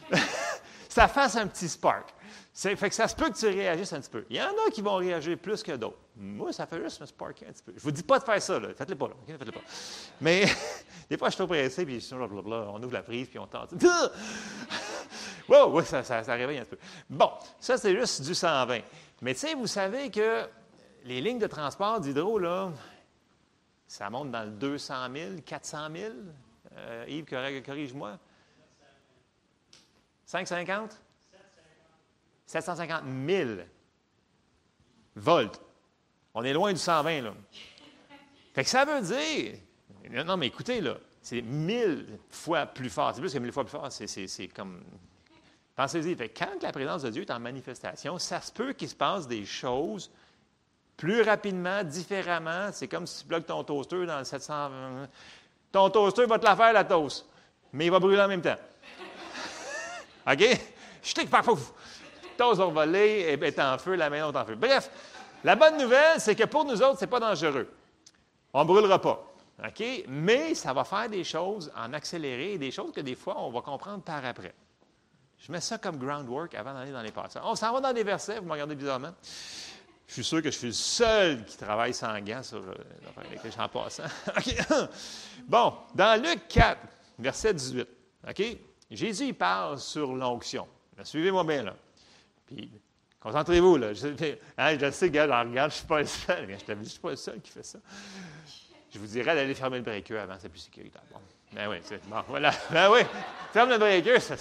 ça fasse un petit spark. C'est, fait que ça se peut que tu réagisses un petit peu. Il y en a qui vont réagir plus que d'autres. Moi, ça fait juste me sparker un petit peu. Je ne vous dis pas de faire ça, là. Faites-le pas, là. Okay? Faites-le pas. Mais des fois, je suis trop pressé, puis blablabla, on ouvre la prise, puis on tente. Wow, oui, ça, ça, ça réveille un peu. Bon, ça, c'est juste du cent vingt. Mais tu sais, vous savez que les lignes de transport d'hydro, là, ça monte dans le deux cent mille, quatre cent mille. Euh, Yves, corrige-moi. cinq cent cinquante? sept cent cinquante mille volts. On est loin du cent vingt, là. Fait que ça veut dire... Non, mais écoutez, là, c'est mille fois plus fort. C'est plus que mille fois plus fort. C'est, c'est, c'est comme... Pensez-y. Fait que quand la présence de Dieu est en manifestation, ça se peut qu'il se passe des choses plus rapidement, différemment. C'est comme si tu bloques ton toaster dans le sept cents... Ton toaster va te la faire, la toast. Mais il va brûler en même temps. OK? Je t'ai pas pouf! Toast va voler, est en feu, la maison est en feu. Bref, la bonne nouvelle, c'est que pour nous autres, ce n'est pas dangereux. On ne brûlera pas. OK? Mais ça va faire des choses en accéléré et des choses que des fois, on va comprendre par après. Je mets ça comme groundwork avant d'aller dans les passages. On s'en va dans les versets, vous me regardez bizarrement. Je suis sûr que je suis le seul qui travaille sans gants sur euh, lesquels j'en passe. OK? Bon, dans Luc quatre, verset dix-huit, OK? Jésus, il parle sur l'onction. Suivez-moi bien, là. Puis, concentrez-vous, là. Je, hein, je sais, gars, j'en regarde, je ne suis pas le seul. Mais je t'avais dit, je ne suis pas le seul qui fait ça. Je vous dirais d'aller fermer le breaker avant, c'est plus sécuritaire. Bon. Ben oui, c'est bon, voilà. Ben oui, ferme le breaker. Ça,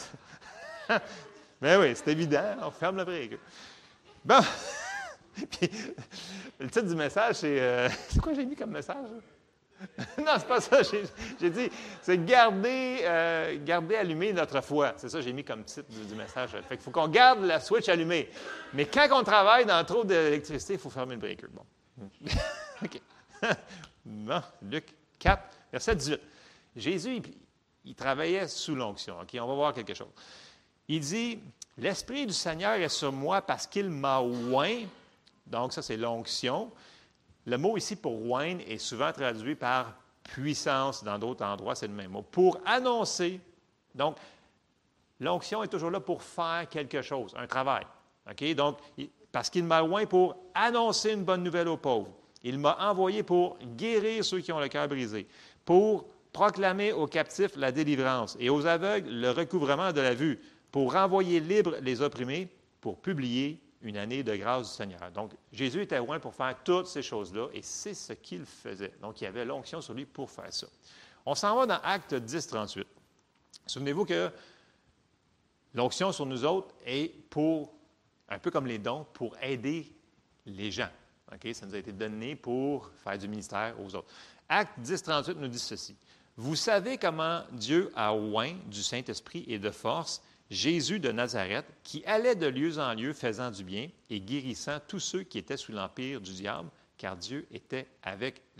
ben oui, c'est évident, on ferme le breaker. Bon. Puis, le titre du message, c'est... Euh, c'est quoi j'ai mis comme message? Non, c'est pas ça. J'ai, j'ai dit, c'est garder, euh, garder allumé notre foi. C'est ça que j'ai mis comme titre du, du message. Fait qu'il faut qu'on garde la switch allumée. Mais quand on travaille dans trop d'électricité, il faut fermer le breaker. Bon. OK. Bon, Luc quatre, verset dix-huit. Jésus, il, il travaillait sous l'onction. OK, on va voir quelque chose. Il dit, « L'Esprit du Seigneur est sur moi parce qu'il m'a oint. » Donc, ça, c'est l'onction. Le mot ici pour oindre est souvent traduit par puissance. Dans d'autres endroits, c'est le même mot. Pour annoncer. Donc, l'onction est toujours là pour faire quelque chose, un travail. OK? Donc, parce qu'il m'a oint pour annoncer une bonne nouvelle aux pauvres. Il m'a envoyé pour guérir ceux qui ont le cœur brisé, pour proclamer aux captifs la délivrance et aux aveugles le recouvrement de la vue, pour renvoyer libres les opprimés, pour publier une année de grâce du Seigneur. Donc, Jésus était loin pour faire toutes ces choses-là, et c'est ce qu'il faisait. Donc, il y avait l'onction sur lui pour faire ça. On s'en va dans Actes dix, trente-huit. Souvenez-vous que l'onction sur nous autres est pour, un peu comme les dons, pour aider les gens. Okay? Ça nous a été donné pour faire du ministère aux autres. Actes dix, trente-huit nous dit ceci. « Vous savez comment Dieu a oint du Saint-Esprit et de force Jésus de Nazareth, qui allait de lieu en lieu faisant du bien et guérissant tous ceux qui étaient sous l'empire du diable, car Dieu était avec lui. »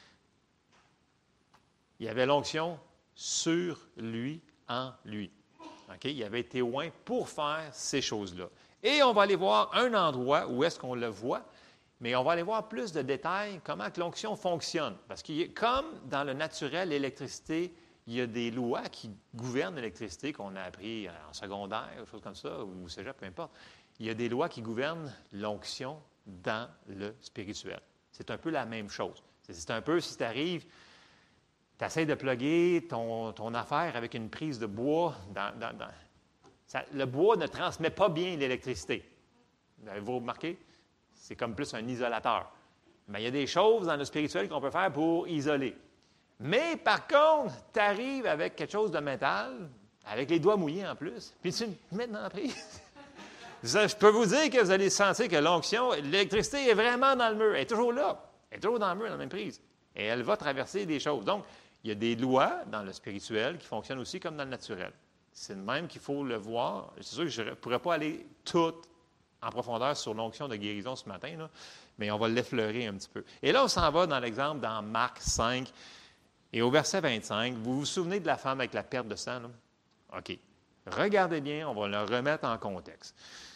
Il y avait l'onction sur lui, en lui. Okay? Il avait été oint pour faire ces choses-là. Et on va aller voir un endroit où est-ce qu'on le voit, mais on va aller voir plus de détails, comment que l'onction fonctionne. Parce que comme dans le naturel, l'électricité, il y a des lois qui gouvernent l'électricité qu'on a appris en secondaire, des choses comme ça, ou au cégep, peu importe. Il y a des lois qui gouvernent l'onction dans le spirituel. C'est un peu la même chose. C'est un peu, si tu arrives, tu essaies de plugger ton, ton affaire avec une prise de bois. Dans, dans, dans. Ça, le bois ne transmet pas bien l'électricité. Avez-vous remarqué? C'est comme plus un isolateur. Mais il y a des choses dans le spirituel qu'on peut faire pour isoler. Mais par contre, tu arrives avec quelque chose de métal, avec les doigts mouillés en plus, puis tu le mets dans la prise. Je peux vous dire que vous allez sentir que l'onction, l'électricité est vraiment dans le mur. Elle est toujours là. Elle est toujours dans le mur, dans la même prise. Et elle va traverser des choses. Donc, il y a des lois dans le spirituel qui fonctionnent aussi comme dans le naturel. C'est le même qu'il faut le voir. C'est sûr que je ne pourrais pas aller tout en profondeur sur l'onction de guérison ce matin, là, mais on va l'effleurer un petit peu. Et là, on s'en va dans l'exemple dans Marc cinq, et au verset vingt-cinq, vous vous souvenez de la femme avec la perte de sang, là? OK. Regardez bien, on va le remettre en contexte.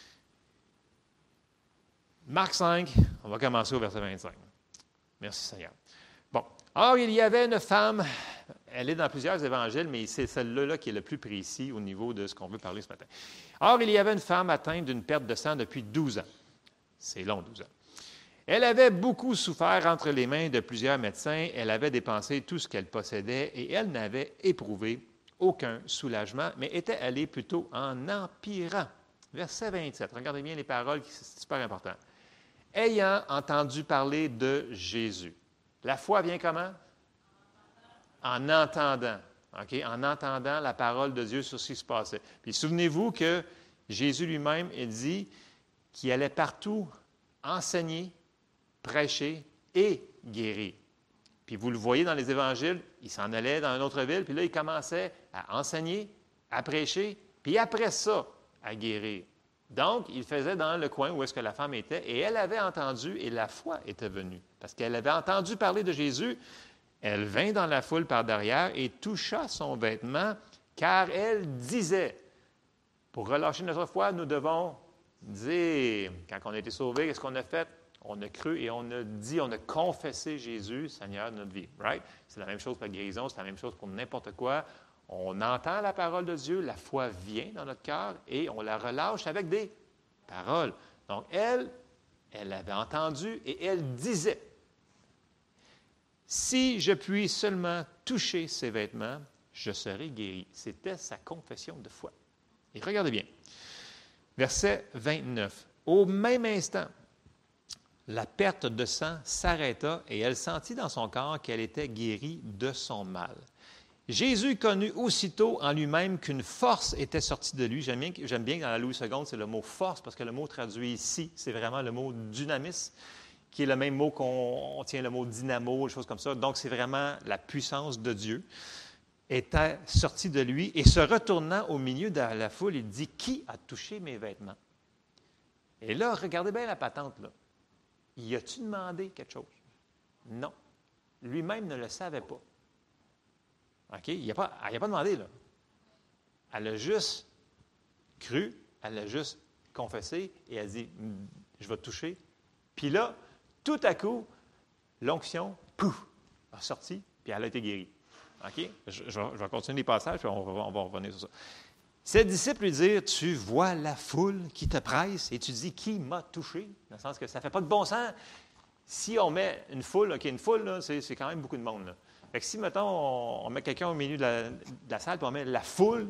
Marc cinq, on va commencer au verset vingt-cinq. Merci Seigneur. Bon. Or, il y avait une femme, elle est dans plusieurs évangiles, mais c'est celle-là là, qui est le plus précis au niveau de ce qu'on veut parler ce matin. Or, il y avait une femme atteinte d'une perte de sang depuis douze ans. C'est long, douze ans. Elle avait beaucoup souffert entre les mains de plusieurs médecins. Elle avait dépensé tout ce qu'elle possédait et elle n'avait éprouvé aucun soulagement, mais était allée plutôt en empirant. Verset vingt-sept. Regardez bien les paroles, c'est super important. Ayant entendu parler de Jésus. La foi vient comment? En entendant. Okay? En entendant la parole de Dieu sur ce qui se passait. Puis souvenez-vous que Jésus lui-même, il dit qu'il allait partout enseigner, prêcher et guérir. Puis vous le voyez dans les évangiles, il s'en allait dans une autre ville, puis là, il commençait à enseigner, à prêcher, puis après ça, à guérir. Donc, il faisait dans le coin où est-ce que la femme était, et elle avait entendu, et la foi était venue. Parce qu'elle avait entendu parler de Jésus, elle vint dans la foule par derrière et toucha son vêtement, car elle disait, pour relâcher notre foi, nous devons dire, quand on a été sauvés, qu'est-ce qu'on a fait? On a cru et on a dit, on a confessé Jésus, Seigneur de notre vie. Right? C'est la même chose pour la guérison, c'est la même chose pour n'importe quoi. On entend la parole de Dieu, la foi vient dans notre cœur et on la relâche avec des paroles. Donc, elle, elle avait entendu et elle disait, « Si je puis seulement toucher ses vêtements, je serai guéri. » C'était sa confession de foi. Et regardez bien, verset vingt-neuf. Au même instant, la perte de sang s'arrêta et elle sentit dans son corps qu'elle était guérie de son mal. Jésus connut aussitôt en lui-même qu'une force était sortie de lui. J'aime bien, j'aime bien dans la Louis seconde, c'est le mot force, parce que le mot traduit ici, c'est vraiment le mot dynamis, qui est le même mot qu'on on tient le mot dynamo, des choses comme ça. Donc, c'est vraiment la puissance de Dieu était sortie de lui. Et se retournant au milieu de la foule, il dit, « Qui a touché mes vêtements? » Et là, regardez bien la patente, là. Y a-tu demandé quelque chose? Non. Lui-même ne le savait pas. OK? Il n'a pas, il a pas demandé, là. Elle a juste cru, elle a juste confessé et elle a dit, je vais te toucher. Puis là, tout à coup, l'onction, pouf, a sorti, puis elle a été guérie. OK? Je, je, vais, je vais continuer les passages, puis on va, on va revenir sur ça. Ses disciples lui dirent, tu vois la foule qui te presse et tu dis, qui m'a touché? Dans le sens que ça ne fait pas de bon sens. Si on met une foule, OK, une foule, là, c'est, c'est quand même beaucoup de monde, là. Fait que si, mettons, on, on met quelqu'un au milieu de la, de la salle, puis on met la foule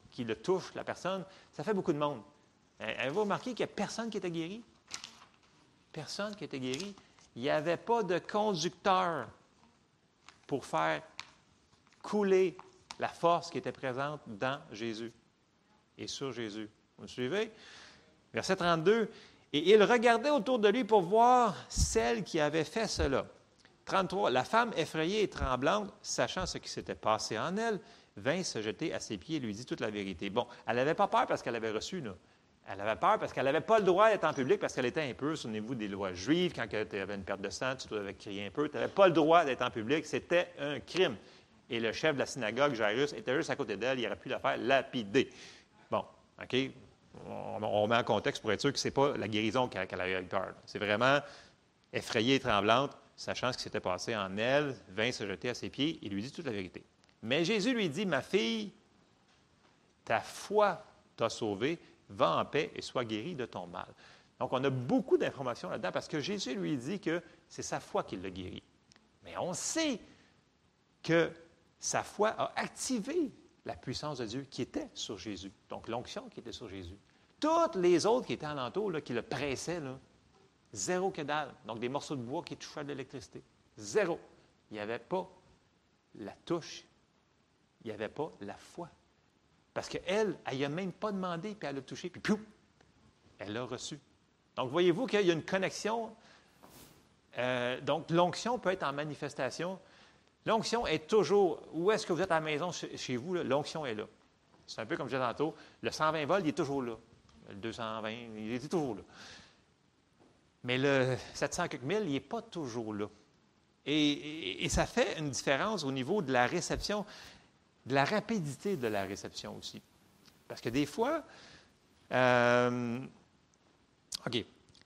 qui le touche, la personne, ça fait beaucoup de monde. Avez-vous remarqué qu'il n'y a personne qui était guéri? Personne qui était guéri. Il n'y avait pas de conducteur pour faire couler la force qui était présente dans Jésus et sur Jésus. Vous me suivez? Verset trente-deux. « Et il regardait autour de lui pour voir celle qui avait fait cela. » trente-trois. « La femme effrayée et tremblante, sachant ce qui s'était passé en elle, vint se jeter à ses pieds et lui dit toute la vérité. » Bon, elle n'avait pas peur parce qu'elle avait reçu, là. Elle avait peur parce qu'elle n'avait pas le droit d'être en public parce qu'elle était impure. Souvenez-vous des lois juives, quand tu avais une perte de sang, tu devais crier un peu. Tu n'avais pas le droit d'être en public. C'était un crime. Et le chef de la synagogue, Jairus, était juste à côté d'elle. Il aurait pu la faire lapider. Bon, OK? On, on met en contexte pour être sûr que ce n'est pas la guérison qu'elle, qu'elle avait eu peur. C'est vraiment effrayée et tremblante, sachant ce qui s'était passé en elle, vint se jeter à ses pieds et lui dit toute la vérité. Mais Jésus lui dit, « Ma fille, ta foi t'a sauvée. Va en paix et sois guéri de ton mal. » Donc, on a beaucoup d'informations là-dedans parce que Jésus lui dit que c'est sa foi qui l'a guéri. Mais on sait que sa foi a activé la puissance de Dieu qui était sur Jésus. Donc, l'onction qui était sur Jésus. Toutes les autres qui étaient alentour, là, qui le pressaient, là, zéro que dalle. Donc, des morceaux de bois qui touchaient de l'électricité. Zéro. Il n'y avait pas la touche. Il n'y avait pas la foi. Parce qu'elle, elle n'y a même pas demandé, puis elle a touché, puis pouf, elle l'a reçu. Donc, voyez-vous qu'il y a une connexion. Euh, donc, l'onction peut être en manifestation. L'onction est toujours, où est-ce que vous êtes à la maison chez, chez vous, là, l'onction est là. C'est un peu comme je disais tantôt, le cent vingt volts, il est toujours là. Le deux cent vingt, il est toujours là. Mais le sept cents quelques mille, il n'est pas toujours là. Et, et, et ça fait une différence au niveau de la réception, de la rapidité de la réception aussi. Parce que des fois, euh, OK,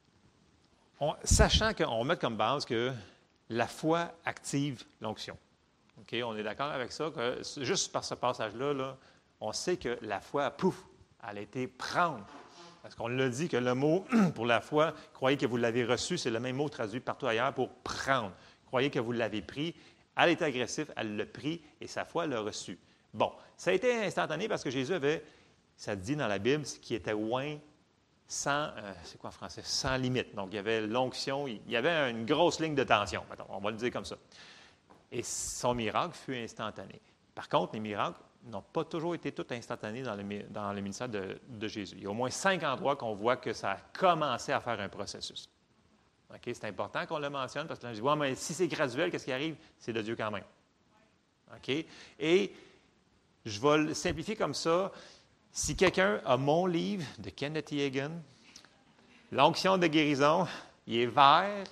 on, sachant qu'on met comme base que la foi active l'onction. OK, on est d'accord avec ça, que juste par ce passage-là, là, on sait que la foi, pouf, elle a été prendre. Parce qu'on l'a dit que le mot pour la foi, croyez que vous l'avez reçu, c'est le même mot traduit partout ailleurs pour prendre. Croyez que vous l'avez pris. Elle était agressive, elle l'a pris et sa foi l'a reçu. Bon, ça a été instantané parce que Jésus avait, ça dit dans la Bible, qu'il était oint sans, euh, c'est quoi en français, sans limite. Donc, il y avait l'onction, il y avait une grosse ligne de tension, on va le dire comme ça. Et son miracle fut instantané. Par contre, les miracles n'ont pas toujours été tous instantanés dans le, dans le ministère de, de Jésus. Il y a au moins cinq endroits qu'on voit que ça a commencé à faire un processus. OK? C'est important qu'on le mentionne parce que là, je dis, ouais, mais si c'est graduel, qu'est-ce qui arrive? C'est de Dieu quand même. OK? Et je vais le simplifier comme ça. Si quelqu'un a mon livre de Kenneth E. Hagin, l'onction de guérison, il est vert,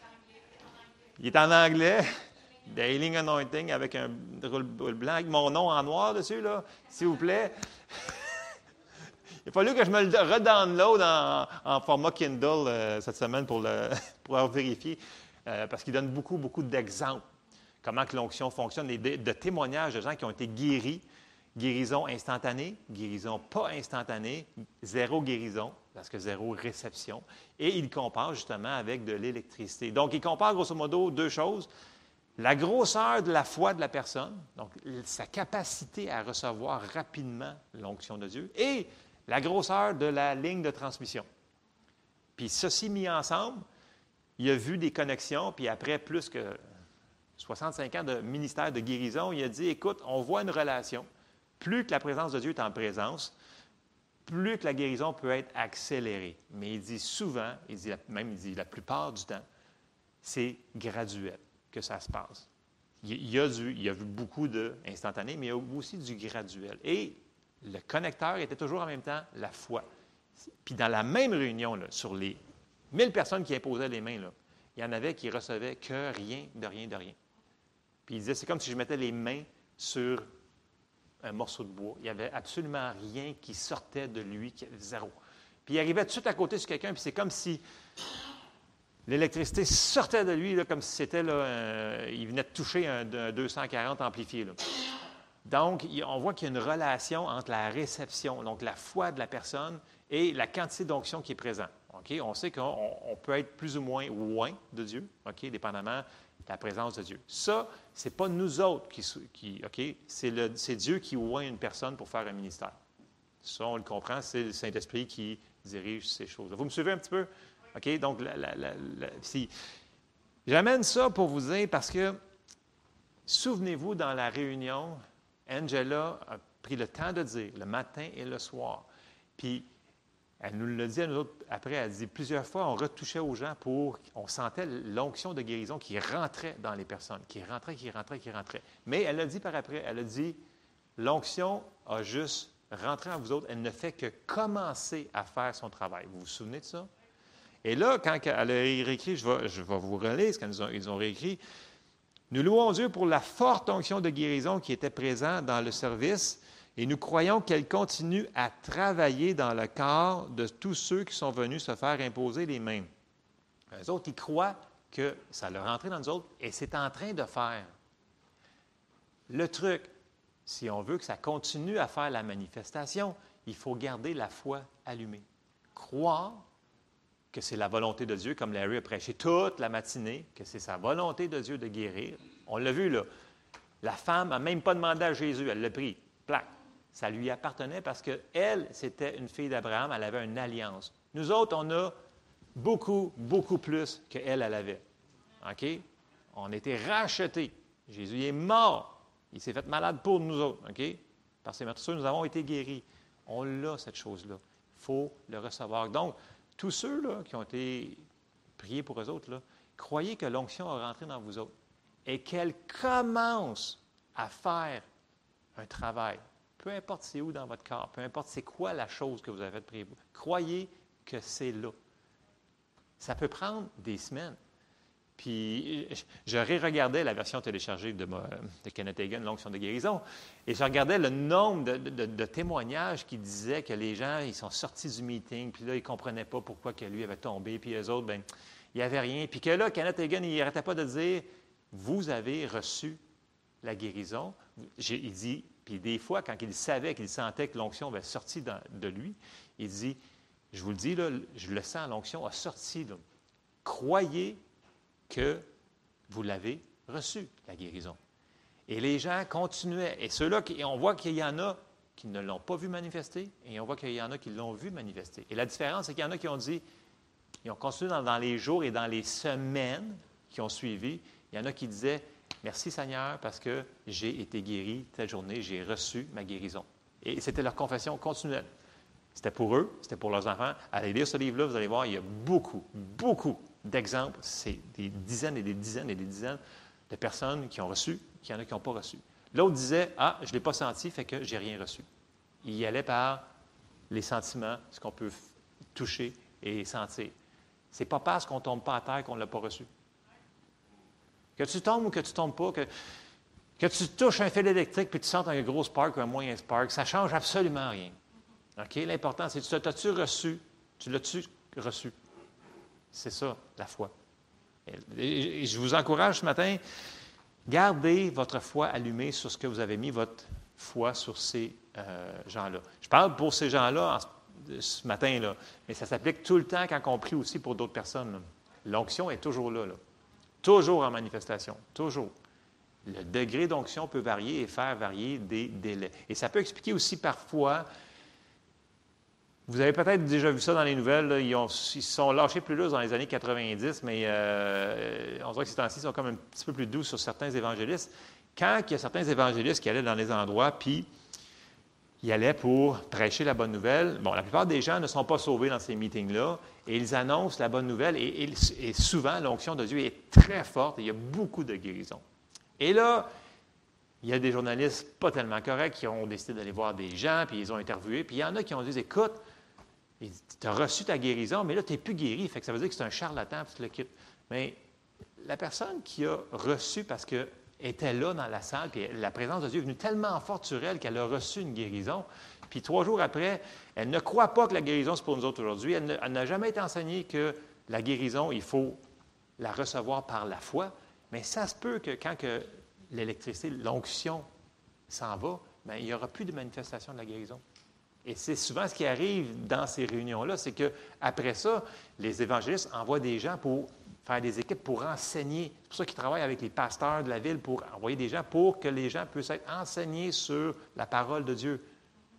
il est en anglais, The Healing Anointing avec un roule blanc, avec mon nom en noir dessus, là, s'il vous plaît. Il a fallu que je me le redownload en, en format Kindle euh, cette semaine pour, le, pour avoir vérifié, euh, parce qu'il donne beaucoup, beaucoup d'exemples. Comment que l'onction fonctionne, et de, de témoignages de gens qui ont été guéris, guérison instantanée, guérison pas instantanée, zéro guérison, parce que zéro réception, et il compare justement avec de l'électricité. Donc, il compare grosso modo deux choses. La grosseur de la foi de la personne, donc sa capacité à recevoir rapidement l'onction de Dieu, et la grosseur de la ligne de transmission. Puis ceci mis ensemble, il a vu des connexions, puis après plus que soixante-cinq ans de ministère de guérison, il a dit, écoute, on voit une relation. Plus que la présence de Dieu est en présence, plus que la guérison peut être accélérée. Mais il dit souvent, il dit même il dit la plupart du temps, c'est graduel que ça se passe. Il y a, du, il y a vu beaucoup d'instantanés, mais il y a aussi du graduel. Et le connecteur était toujours en même temps la foi. Puis dans la même réunion, là, sur les mille personnes qui imposaient les mains, là, il y en avait qui ne recevaient que rien, de rien, de rien. Puis il disait, c'est comme si je mettais les mains sur un morceau de bois. Il n'y avait absolument rien qui sortait de lui, zéro. Puis il arrivait tout de suite à côté sur quelqu'un, puis c'est comme si l'électricité sortait de lui, là, comme si c'était, là, un, il venait de toucher un, un deux cent quarante amplifié. Là. Donc, on voit qu'il y a une relation entre la réception, donc la foi de la personne, et la quantité d'onction qui est présente. Okay? On sait qu'on on peut être plus ou moins loin de Dieu, okay? Dépendamment de la présence de Dieu. Ça, ce n'est pas nous autres qui... qui okay? c'est, le, c'est Dieu qui oint une personne pour faire un ministère. Ça, on le comprend, c'est le Saint-Esprit qui dirige ces choses-là. Vous me suivez un petit peu? OK? Donc, la, la, la, la, si, j'amène ça pour vous dire parce que, souvenez-vous, dans la réunion, Angela a pris le temps de dire, le matin et le soir, puis elle nous l'a dit à nous autres, après, elle a dit plusieurs fois, on retouchait aux gens pour, on sentait l'onction de guérison qui rentrait dans les personnes, qui rentrait, qui rentrait, qui rentrait. Mais elle a dit par après, elle a dit, l'onction a juste rentré en vous autres, elle ne fait que commencer à faire son travail. Vous vous souvenez de ça? Et là, quand elle a réécrit, je vais, je vais vous relire ce qu'ils ont, ils ont réécrit, nous louons Dieu pour la forte onction de guérison qui était présente dans le service. Et nous croyons qu'elle continue à travailler dans le corps de tous ceux qui sont venus se faire imposer les mains. Les autres, ils croient que ça leur est rentré dans nous autres et c'est en train de faire. Le truc, si on veut que ça continue à faire la manifestation, il faut garder la foi allumée. Croire que c'est la volonté de Dieu, comme Larry a prêché toute la matinée, que c'est sa volonté de Dieu de guérir. On l'a vu, là. La femme n'a même pas demandé à Jésus, elle l'a pris. Plac. Ça lui appartenait parce qu'elle, c'était une fille d'Abraham, elle avait une alliance. Nous autres, on a beaucoup, beaucoup plus qu'elle, elle avait. OK? On a été rachetés. Jésus est mort. Il s'est fait malade pour nous autres. OK? Par ses meurtrissures, nous avons été guéris. On l'a, cette chose-là. Il faut le recevoir. Donc, tous ceux là, qui ont été priés pour eux autres, là, croyez que l'onction a rentré dans vous autres et qu'elle commence à faire un travail. Peu importe c'est où dans votre corps, peu importe c'est quoi la chose que vous avez faite prier vous, croyez que c'est là. Ça peut prendre des semaines. Puis, je regardais la version téléchargée de, ma, de Kenneth Hagin, l'onction de guérison, et je regardais le nombre de, de, de témoignages qui disaient que les gens, ils sont sortis du meeting, puis là, ils ne comprenaient pas pourquoi que lui avait tombé, puis eux autres, bien, il n'y avait rien. Puis que là, Kenneth Hagin, il n'arrêtait pas de dire, vous avez reçu la guérison. J'ai, il dit, puis des fois, quand il savait, qu'il sentait que l'onction avait sorti dans, de lui, il dit, je vous le dis, là, je le sens, l'onction a sorti. Là. Croyez que vous l'avez reçu, la guérison. Et les gens continuaient. Et ceux-là, on voit qu'il y en a qui ne l'ont pas vu manifester, et on voit qu'il y en a qui l'ont vu manifester. Et la différence, c'est qu'il y en a qui ont dit, ils ont continué dans, dans les jours et dans les semaines qui ont suivi, il y en a qui disaient, merci Seigneur, parce que j'ai été guéri telle journée, j'ai reçu ma guérison. Et c'était leur confession continuelle. C'était pour eux, c'était pour leurs enfants. Allez lire ce livre-là, vous allez voir, il y a beaucoup, beaucoup d'exemples. C'est des dizaines et des dizaines et des dizaines de personnes qui ont reçu, qu'il y en a qui n'ont pas reçu. L'autre disait, ah, je ne l'ai pas senti, fait que je n'ai rien reçu. Il y allait par les sentiments, ce qu'on peut toucher et sentir. Ce n'est pas parce qu'on ne tombe pas à terre qu'on ne l'a pas reçu. Que tu tombes ou que tu ne tombes pas, que, que tu touches un fil électrique puis tu sens un gros spark ou un moyen spark, ça ne change absolument rien. OK? L'important, c'est tu t'as-tu reçu? Tu l'as-tu reçu? C'est ça, la foi. Et, et je vous encourage ce matin, gardez votre foi allumée sur ce que vous avez mis votre foi sur ces euh, gens-là. Je parle pour ces gens-là en, ce matin, là, mais ça s'applique tout le temps quand on prie aussi pour d'autres personnes. Là. L'onction est toujours là, là. Toujours en manifestation, toujours. Le degré d'onction peut varier et faire varier des délais. Et ça peut expliquer aussi parfois, vous avez peut-être déjà vu ça dans les nouvelles, là, ils, ont, ils se sont lâchés plus lourds dans les années quatre-vingt-dix, mais euh, on dirait que ces temps-ci sont comme un petit peu plus doux sur certains évangélistes. Quand il y a certains évangélistes qui allaient dans les endroits, puis ils allaient pour prêcher la bonne nouvelle. Bon, la plupart des gens ne sont pas sauvés dans ces meetings-là, et ils annoncent la bonne nouvelle, et, et, et souvent, l'onction de Dieu est très forte, et il y a beaucoup de guérisons. Et là, il y a des journalistes pas tellement corrects qui ont décidé d'aller voir des gens, puis ils ont interviewé, puis il y en a qui ont dit, écoute, tu as reçu ta guérison, mais là, tu n'es plus guéri, fait que ça veut dire que c'est un charlatan, puis tu le quittes. Mais la personne qui a reçu parce que était là dans la salle, puis la présence de Dieu est venue tellement forte sur elle qu'elle a reçu une guérison. Puis trois jours après, elle ne croit pas que la guérison, c'est pour nous autres aujourd'hui. Elle, ne, elle n'a jamais été enseignée que la guérison, il faut la recevoir par la foi. Mais ça se peut que quand que l'électricité, l'onction s'en va, bien, il n'y aura plus de manifestation de la guérison. Et c'est souvent ce qui arrive dans ces réunions-là, c'est qu'après ça, les évangélistes envoient des gens pour faire des équipes pour enseigner. C'est pour ça qu'ils travaillent avec les pasteurs de la ville pour envoyer des gens pour que les gens puissent être enseignés sur la parole de Dieu.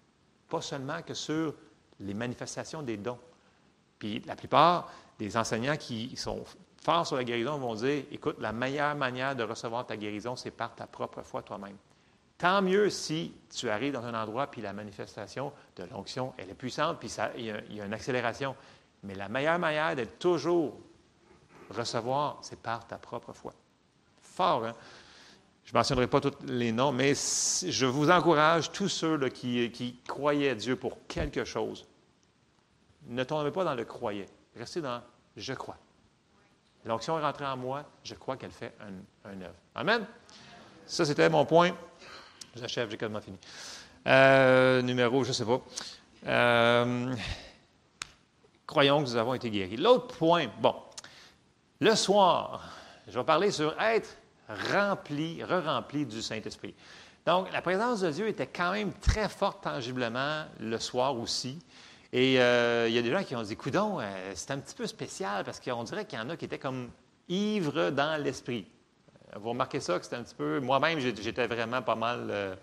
pas seulement que sur les manifestations des dons. Puis la plupart des enseignants qui sont forts sur la guérison vont dire, écoute, la meilleure manière de recevoir ta guérison, c'est par ta propre foi toi-même. Tant mieux si tu arrives dans un endroit, puis la manifestation de l'onction, elle est puissante, puis ça, il y a, il y a une accélération. Mais la meilleure manière d'être toujours recevoir, c'est par ta propre foi. Fort, hein? Je ne mentionnerai pas tous les noms, mais je vous encourage, tous ceux là, qui, qui croyaient Dieu pour quelque chose, ne tombez pas dans le « croyais ». Restez dans « je crois ». L'onction est rentrée en moi, je crois qu'elle fait un, un œuvre. Amen? Ça, c'était mon point. J'achève, j'ai quasiment fini. Euh, numéro, je ne sais pas. Euh, croyons que nous avons été guéris. L'autre point, bon, le soir, je vais parler sur être rempli, re-rempli du Saint-Esprit. Donc, la présence de Dieu était quand même très forte tangiblement le soir aussi. Et euh, il y a des gens qui ont dit, coudonc, euh, c'est un petit peu spécial parce qu'on dirait qu'il y en a qui étaient comme ivres dans l'esprit. Euh, vous remarquez ça, que c'était un petit peu... Moi-même, j'étais vraiment pas mal... Euh,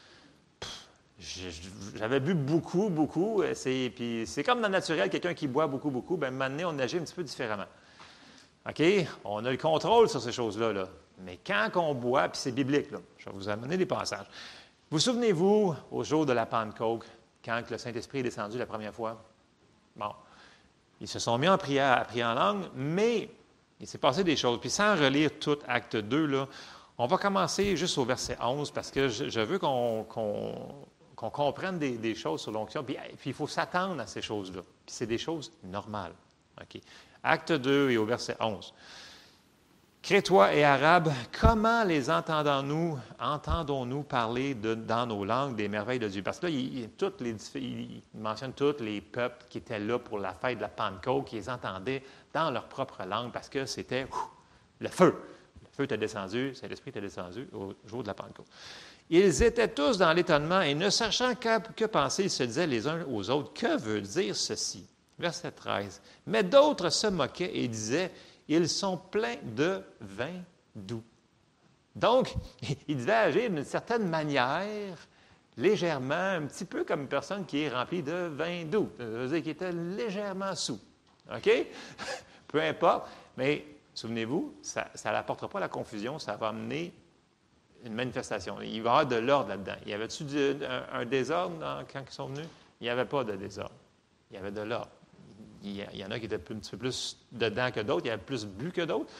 j'avais bu beaucoup, beaucoup. C'est, puis c'est comme dans le naturel, quelqu'un qui boit beaucoup, beaucoup, bien, maintenant, on agit un petit peu différemment. OK? On a le contrôle sur ces choses-là, là. Mais quand on boit, puis c'est biblique, là, je vais vous amener des passages. Vous souvenez-vous, au jour de la Pentecôte, quand le Saint-Esprit est descendu la première fois? Bon, ils se sont mis en prière, à prier en langue, mais il s'est passé des choses. Puis sans relire tout Acte deux, là, on va commencer juste au verset onze, parce que je, je veux qu'on, qu'on, qu'on comprenne des, des choses sur l'onction. Puis, puis il faut s'attendre à ces choses-là. Puis c'est des choses normales. OK? Acte deux et au verset onze. Crétois et Arabes, comment les entendons-nous, entendons-nous parler de, dans nos langues des merveilles de Dieu? Parce que là, il, il, toutes les, il mentionne tous les peuples qui étaient là pour la fête de la Pentecôte, qui les entendaient dans leur propre langue, parce que c'était ouf, le feu. Le feu était descendu, Saint-Esprit était descendu au jour de la Pentecôte. Ils étaient tous dans l'étonnement et ne sachant que, que penser, ils se disaient les uns aux autres, que veut dire ceci? Verset treize. Mais d'autres se moquaient et disaient, ils sont pleins de vin doux. Donc, ils devaient agir d'une certaine manière, légèrement, un petit peu comme une personne qui est remplie de vin doux. Ça veut dire qu'il était légèrement sous. OK? Peu importe. Mais, souvenez-vous, ça n'apportera pas la confusion, ça va amener une manifestation. Il va y avoir de l'ordre là-dedans. Y avait-tu un, un désordre dans, quand ils sont venus? Il n'y avait pas de désordre. Il y avait de l'ordre. Il y en a qui étaient un petit peu plus dedans que d'autres. Il y avait plus bu que d'autres.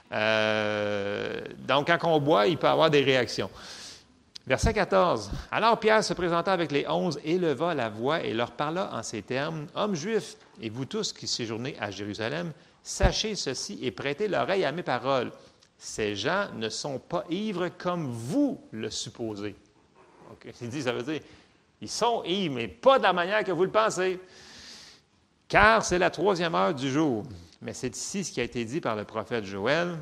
Euh, donc, quand on boit, il peut y avoir des réactions. Verset quatorze. Alors Pierre se présenta avec les onze, éleva la voix et leur parla en ces termes. Hommes juifs, et vous tous qui séjournez à Jérusalem, sachez ceci et prêtez l'oreille à mes paroles. Ces gens ne sont pas ivres comme vous le supposez. Okay. Il dit, ça veut dire, ils sont ivres, mais pas de la manière que vous le pensez. Car c'est la troisième heure du jour. Mais c'est ici ce qui a été dit par le prophète Joël.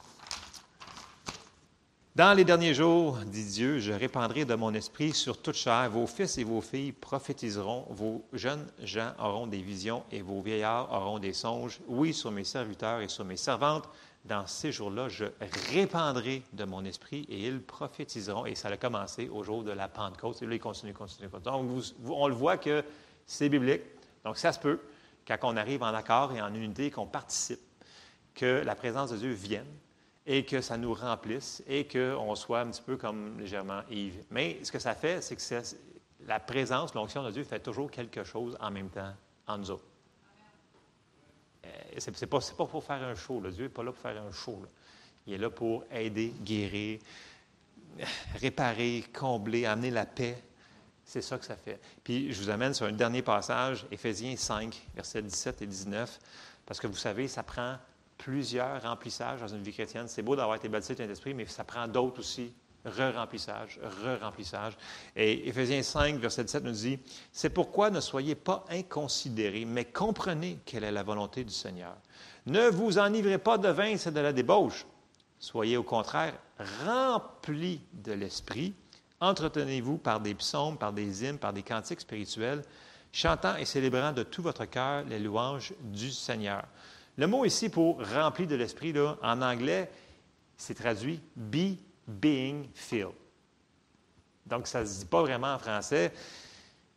Dans les derniers jours, dit Dieu, je répandrai de mon esprit sur toute chair. Vos fils et vos filles prophétiseront, vos jeunes gens auront des visions et vos vieillards auront des songes. Oui, sur mes serviteurs et sur mes servantes, dans ces jours-là, je répandrai de mon esprit et ils prophétiseront. Et ça a commencé au jour de la Pentecôte. Et là, il continue, continue, continue. Donc, vous, vous, on le voit que c'est biblique. Donc, ça se peut, quand on arrive en accord et en unité, qu'on participe, que la présence de Dieu vienne et que ça nous remplisse et qu'on soit un petit peu comme légèrement Yves. Mais ce que ça fait, c'est que c'est, la présence, l'onction de Dieu fait toujours quelque chose en même temps en nous autres. Euh, c'est, c'est, pas, c'est pas pour faire un show. Là. Dieu n'est pas là pour faire un show. Là. Il est là pour aider, guérir, réparer, combler, amener la paix. C'est ça que ça fait. Puis, je vous amène sur un dernier passage, Éphésiens cinq, versets dix-sept et dix-neuf, parce que vous savez, ça prend plusieurs remplissages dans une vie chrétienne. C'est beau d'avoir été baptisé de l'Esprit, mais ça prend d'autres aussi. Re-remplissage, re-remplissage. Et Éphésiens cinq, verset dix-sept nous dit, « C'est pourquoi ne soyez pas inconsidérés, mais comprenez quelle est la volonté du Seigneur. Ne vous enivrez pas de vin, c'est de la débauche. Soyez au contraire remplis de l'Esprit. Entretenez-vous par des psaumes, par des hymnes, par des cantiques spirituels, chantant et célébrant de tout votre cœur les louanges du Seigneur. » Le mot ici pour « rempli de l'Esprit », là, en anglais, c'est traduit « be being filled ». Donc, ça ne se dit pas vraiment en français.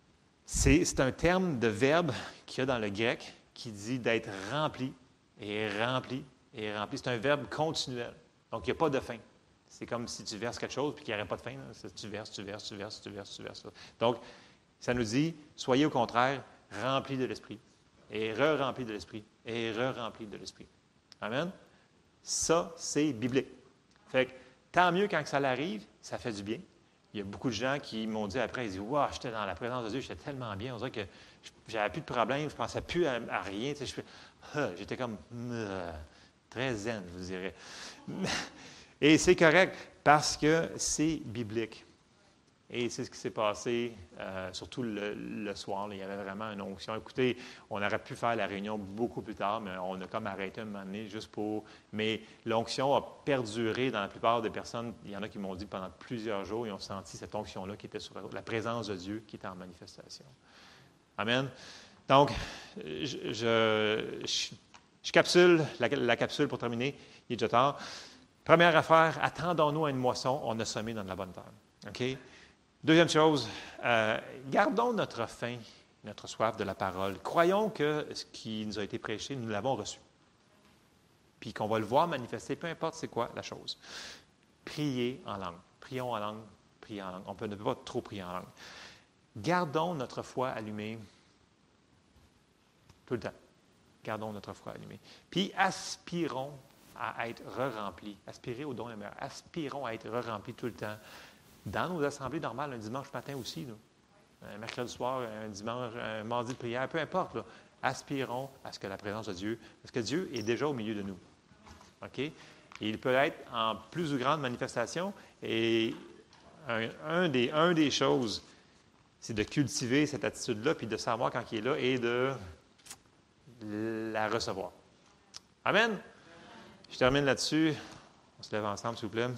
C'est, c'est un terme de verbe qu'il y a dans le grec qui dit d'être rempli et rempli et rempli. C'est un verbe continuel. Donc, il n'y a pas de fin. C'est comme si tu verses quelque chose puis qu'il n'y aurait pas de fin. Là. Tu verses, tu verses, tu verses, tu verses, tu verses. Donc, ça nous dit, soyez au contraire remplis de l'Esprit et re-remplis de l'Esprit et re-remplis de l'Esprit. Amen? Ça, c'est biblique. Fait que, tant mieux quand ça l'arrive, ça fait du bien. Il y a beaucoup de gens qui m'ont dit après, ils disent « Wow, j'étais dans la présence de Dieu, j'étais tellement bien. On dirait que j'avais plus de problème, je ne pensais plus à, à rien. Tu sais, je, ah, j'étais comme euh, très zen, je vous dirais. » Et c'est correct parce que c'est biblique. Et c'est ce qui s'est passé, euh, surtout le, le soir. Là, il y avait vraiment une onction. Écoutez, on aurait pu faire la réunion beaucoup plus tard, mais on a comme arrêté un moment donné juste pour... Mais l'onction a perduré dans la plupart des personnes. Il y en a qui m'ont dit pendant plusieurs jours, ils ont senti cette onction-là qui était sur la présence de Dieu qui était en manifestation. Amen. Donc, je, je, je, je capsule, la, la capsule pour terminer, il est déjà tard. Première affaire, attendons-nous à une moisson, on a semé dans de la bonne terre. OK? Deuxième chose, euh, gardons notre faim, notre soif de la parole. Croyons que ce qui nous a été prêché, nous l'avons reçu. Puis qu'on va le voir manifester, peu importe c'est quoi la chose. Priez en langue. Prions en langue, priez en langue. On peut, ne peut pas trop prier en langue. Gardons notre foi allumée tout le temps. Gardons notre foi allumée. Puis aspirons à être re-remplis. Aspirez au don et meilleur. Aspirons à être re-remplis tout le temps. Dans nos assemblées normales, un dimanche matin aussi, là, un mercredi soir, un dimanche, un mardi de prière, peu importe, là, aspirons à ce que la présence de Dieu, parce que Dieu est déjà au milieu de nous. OK? Et il peut être en plus ou grande manifestation, et un, un, des, un des choses, c'est de cultiver cette attitude-là, puis de savoir quand il est là, et de la recevoir. Amen? Je termine là-dessus. On se lève ensemble, s'il vous plaît.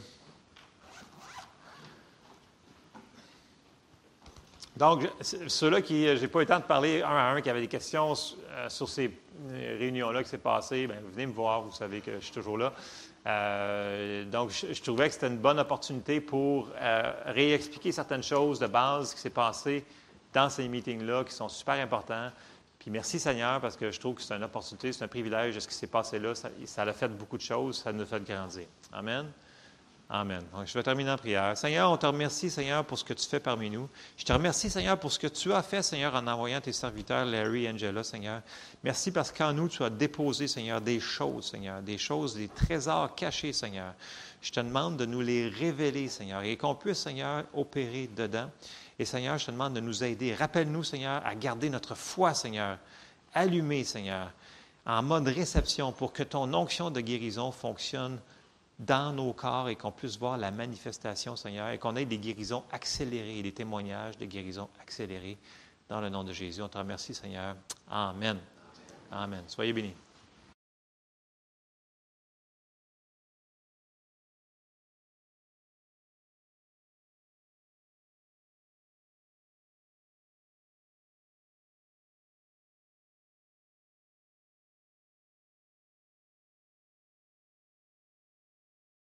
Donc, ceux-là qui, je n'ai pas eu le temps de parler un à un, qui avaient des questions euh, sur ces réunions-là qui s'est passées, bien, venez me voir, vous savez que je suis toujours là. Euh, donc, je, je trouvais que c'était une bonne opportunité pour euh, réexpliquer certaines choses de base qui s'est passé dans ces meetings-là, qui sont super importants. Puis merci Seigneur, parce que je trouve que c'est une opportunité, c'est un privilège de ce qui s'est passé là. Ça, ça a fait beaucoup de choses, ça nous a fait grandir. Amen. Amen. Donc, je vais terminer en prière. Seigneur, on te remercie, Seigneur, pour ce que tu fais parmi nous. Je te remercie, Seigneur, pour ce que tu as fait, Seigneur, en envoyant tes serviteurs, Larry et Angela, Seigneur. Merci parce qu'en nous, tu as déposé, Seigneur, des choses, Seigneur, des choses, des trésors cachés, Seigneur. Je te demande de nous les révéler, Seigneur, et qu'on puisse, Seigneur, opérer dedans. Et, Seigneur, je te demande de nous aider. Rappelle-nous, Seigneur, à garder notre foi, Seigneur, allumée, Seigneur, en mode réception pour que ton onction de guérison fonctionne dans nos corps et qu'on puisse voir la manifestation, Seigneur, et qu'on ait des guérisons accélérées et des témoignages de guérison accélérés dans le nom de Jésus. On te remercie, Seigneur. Amen. Amen. Soyez bénis.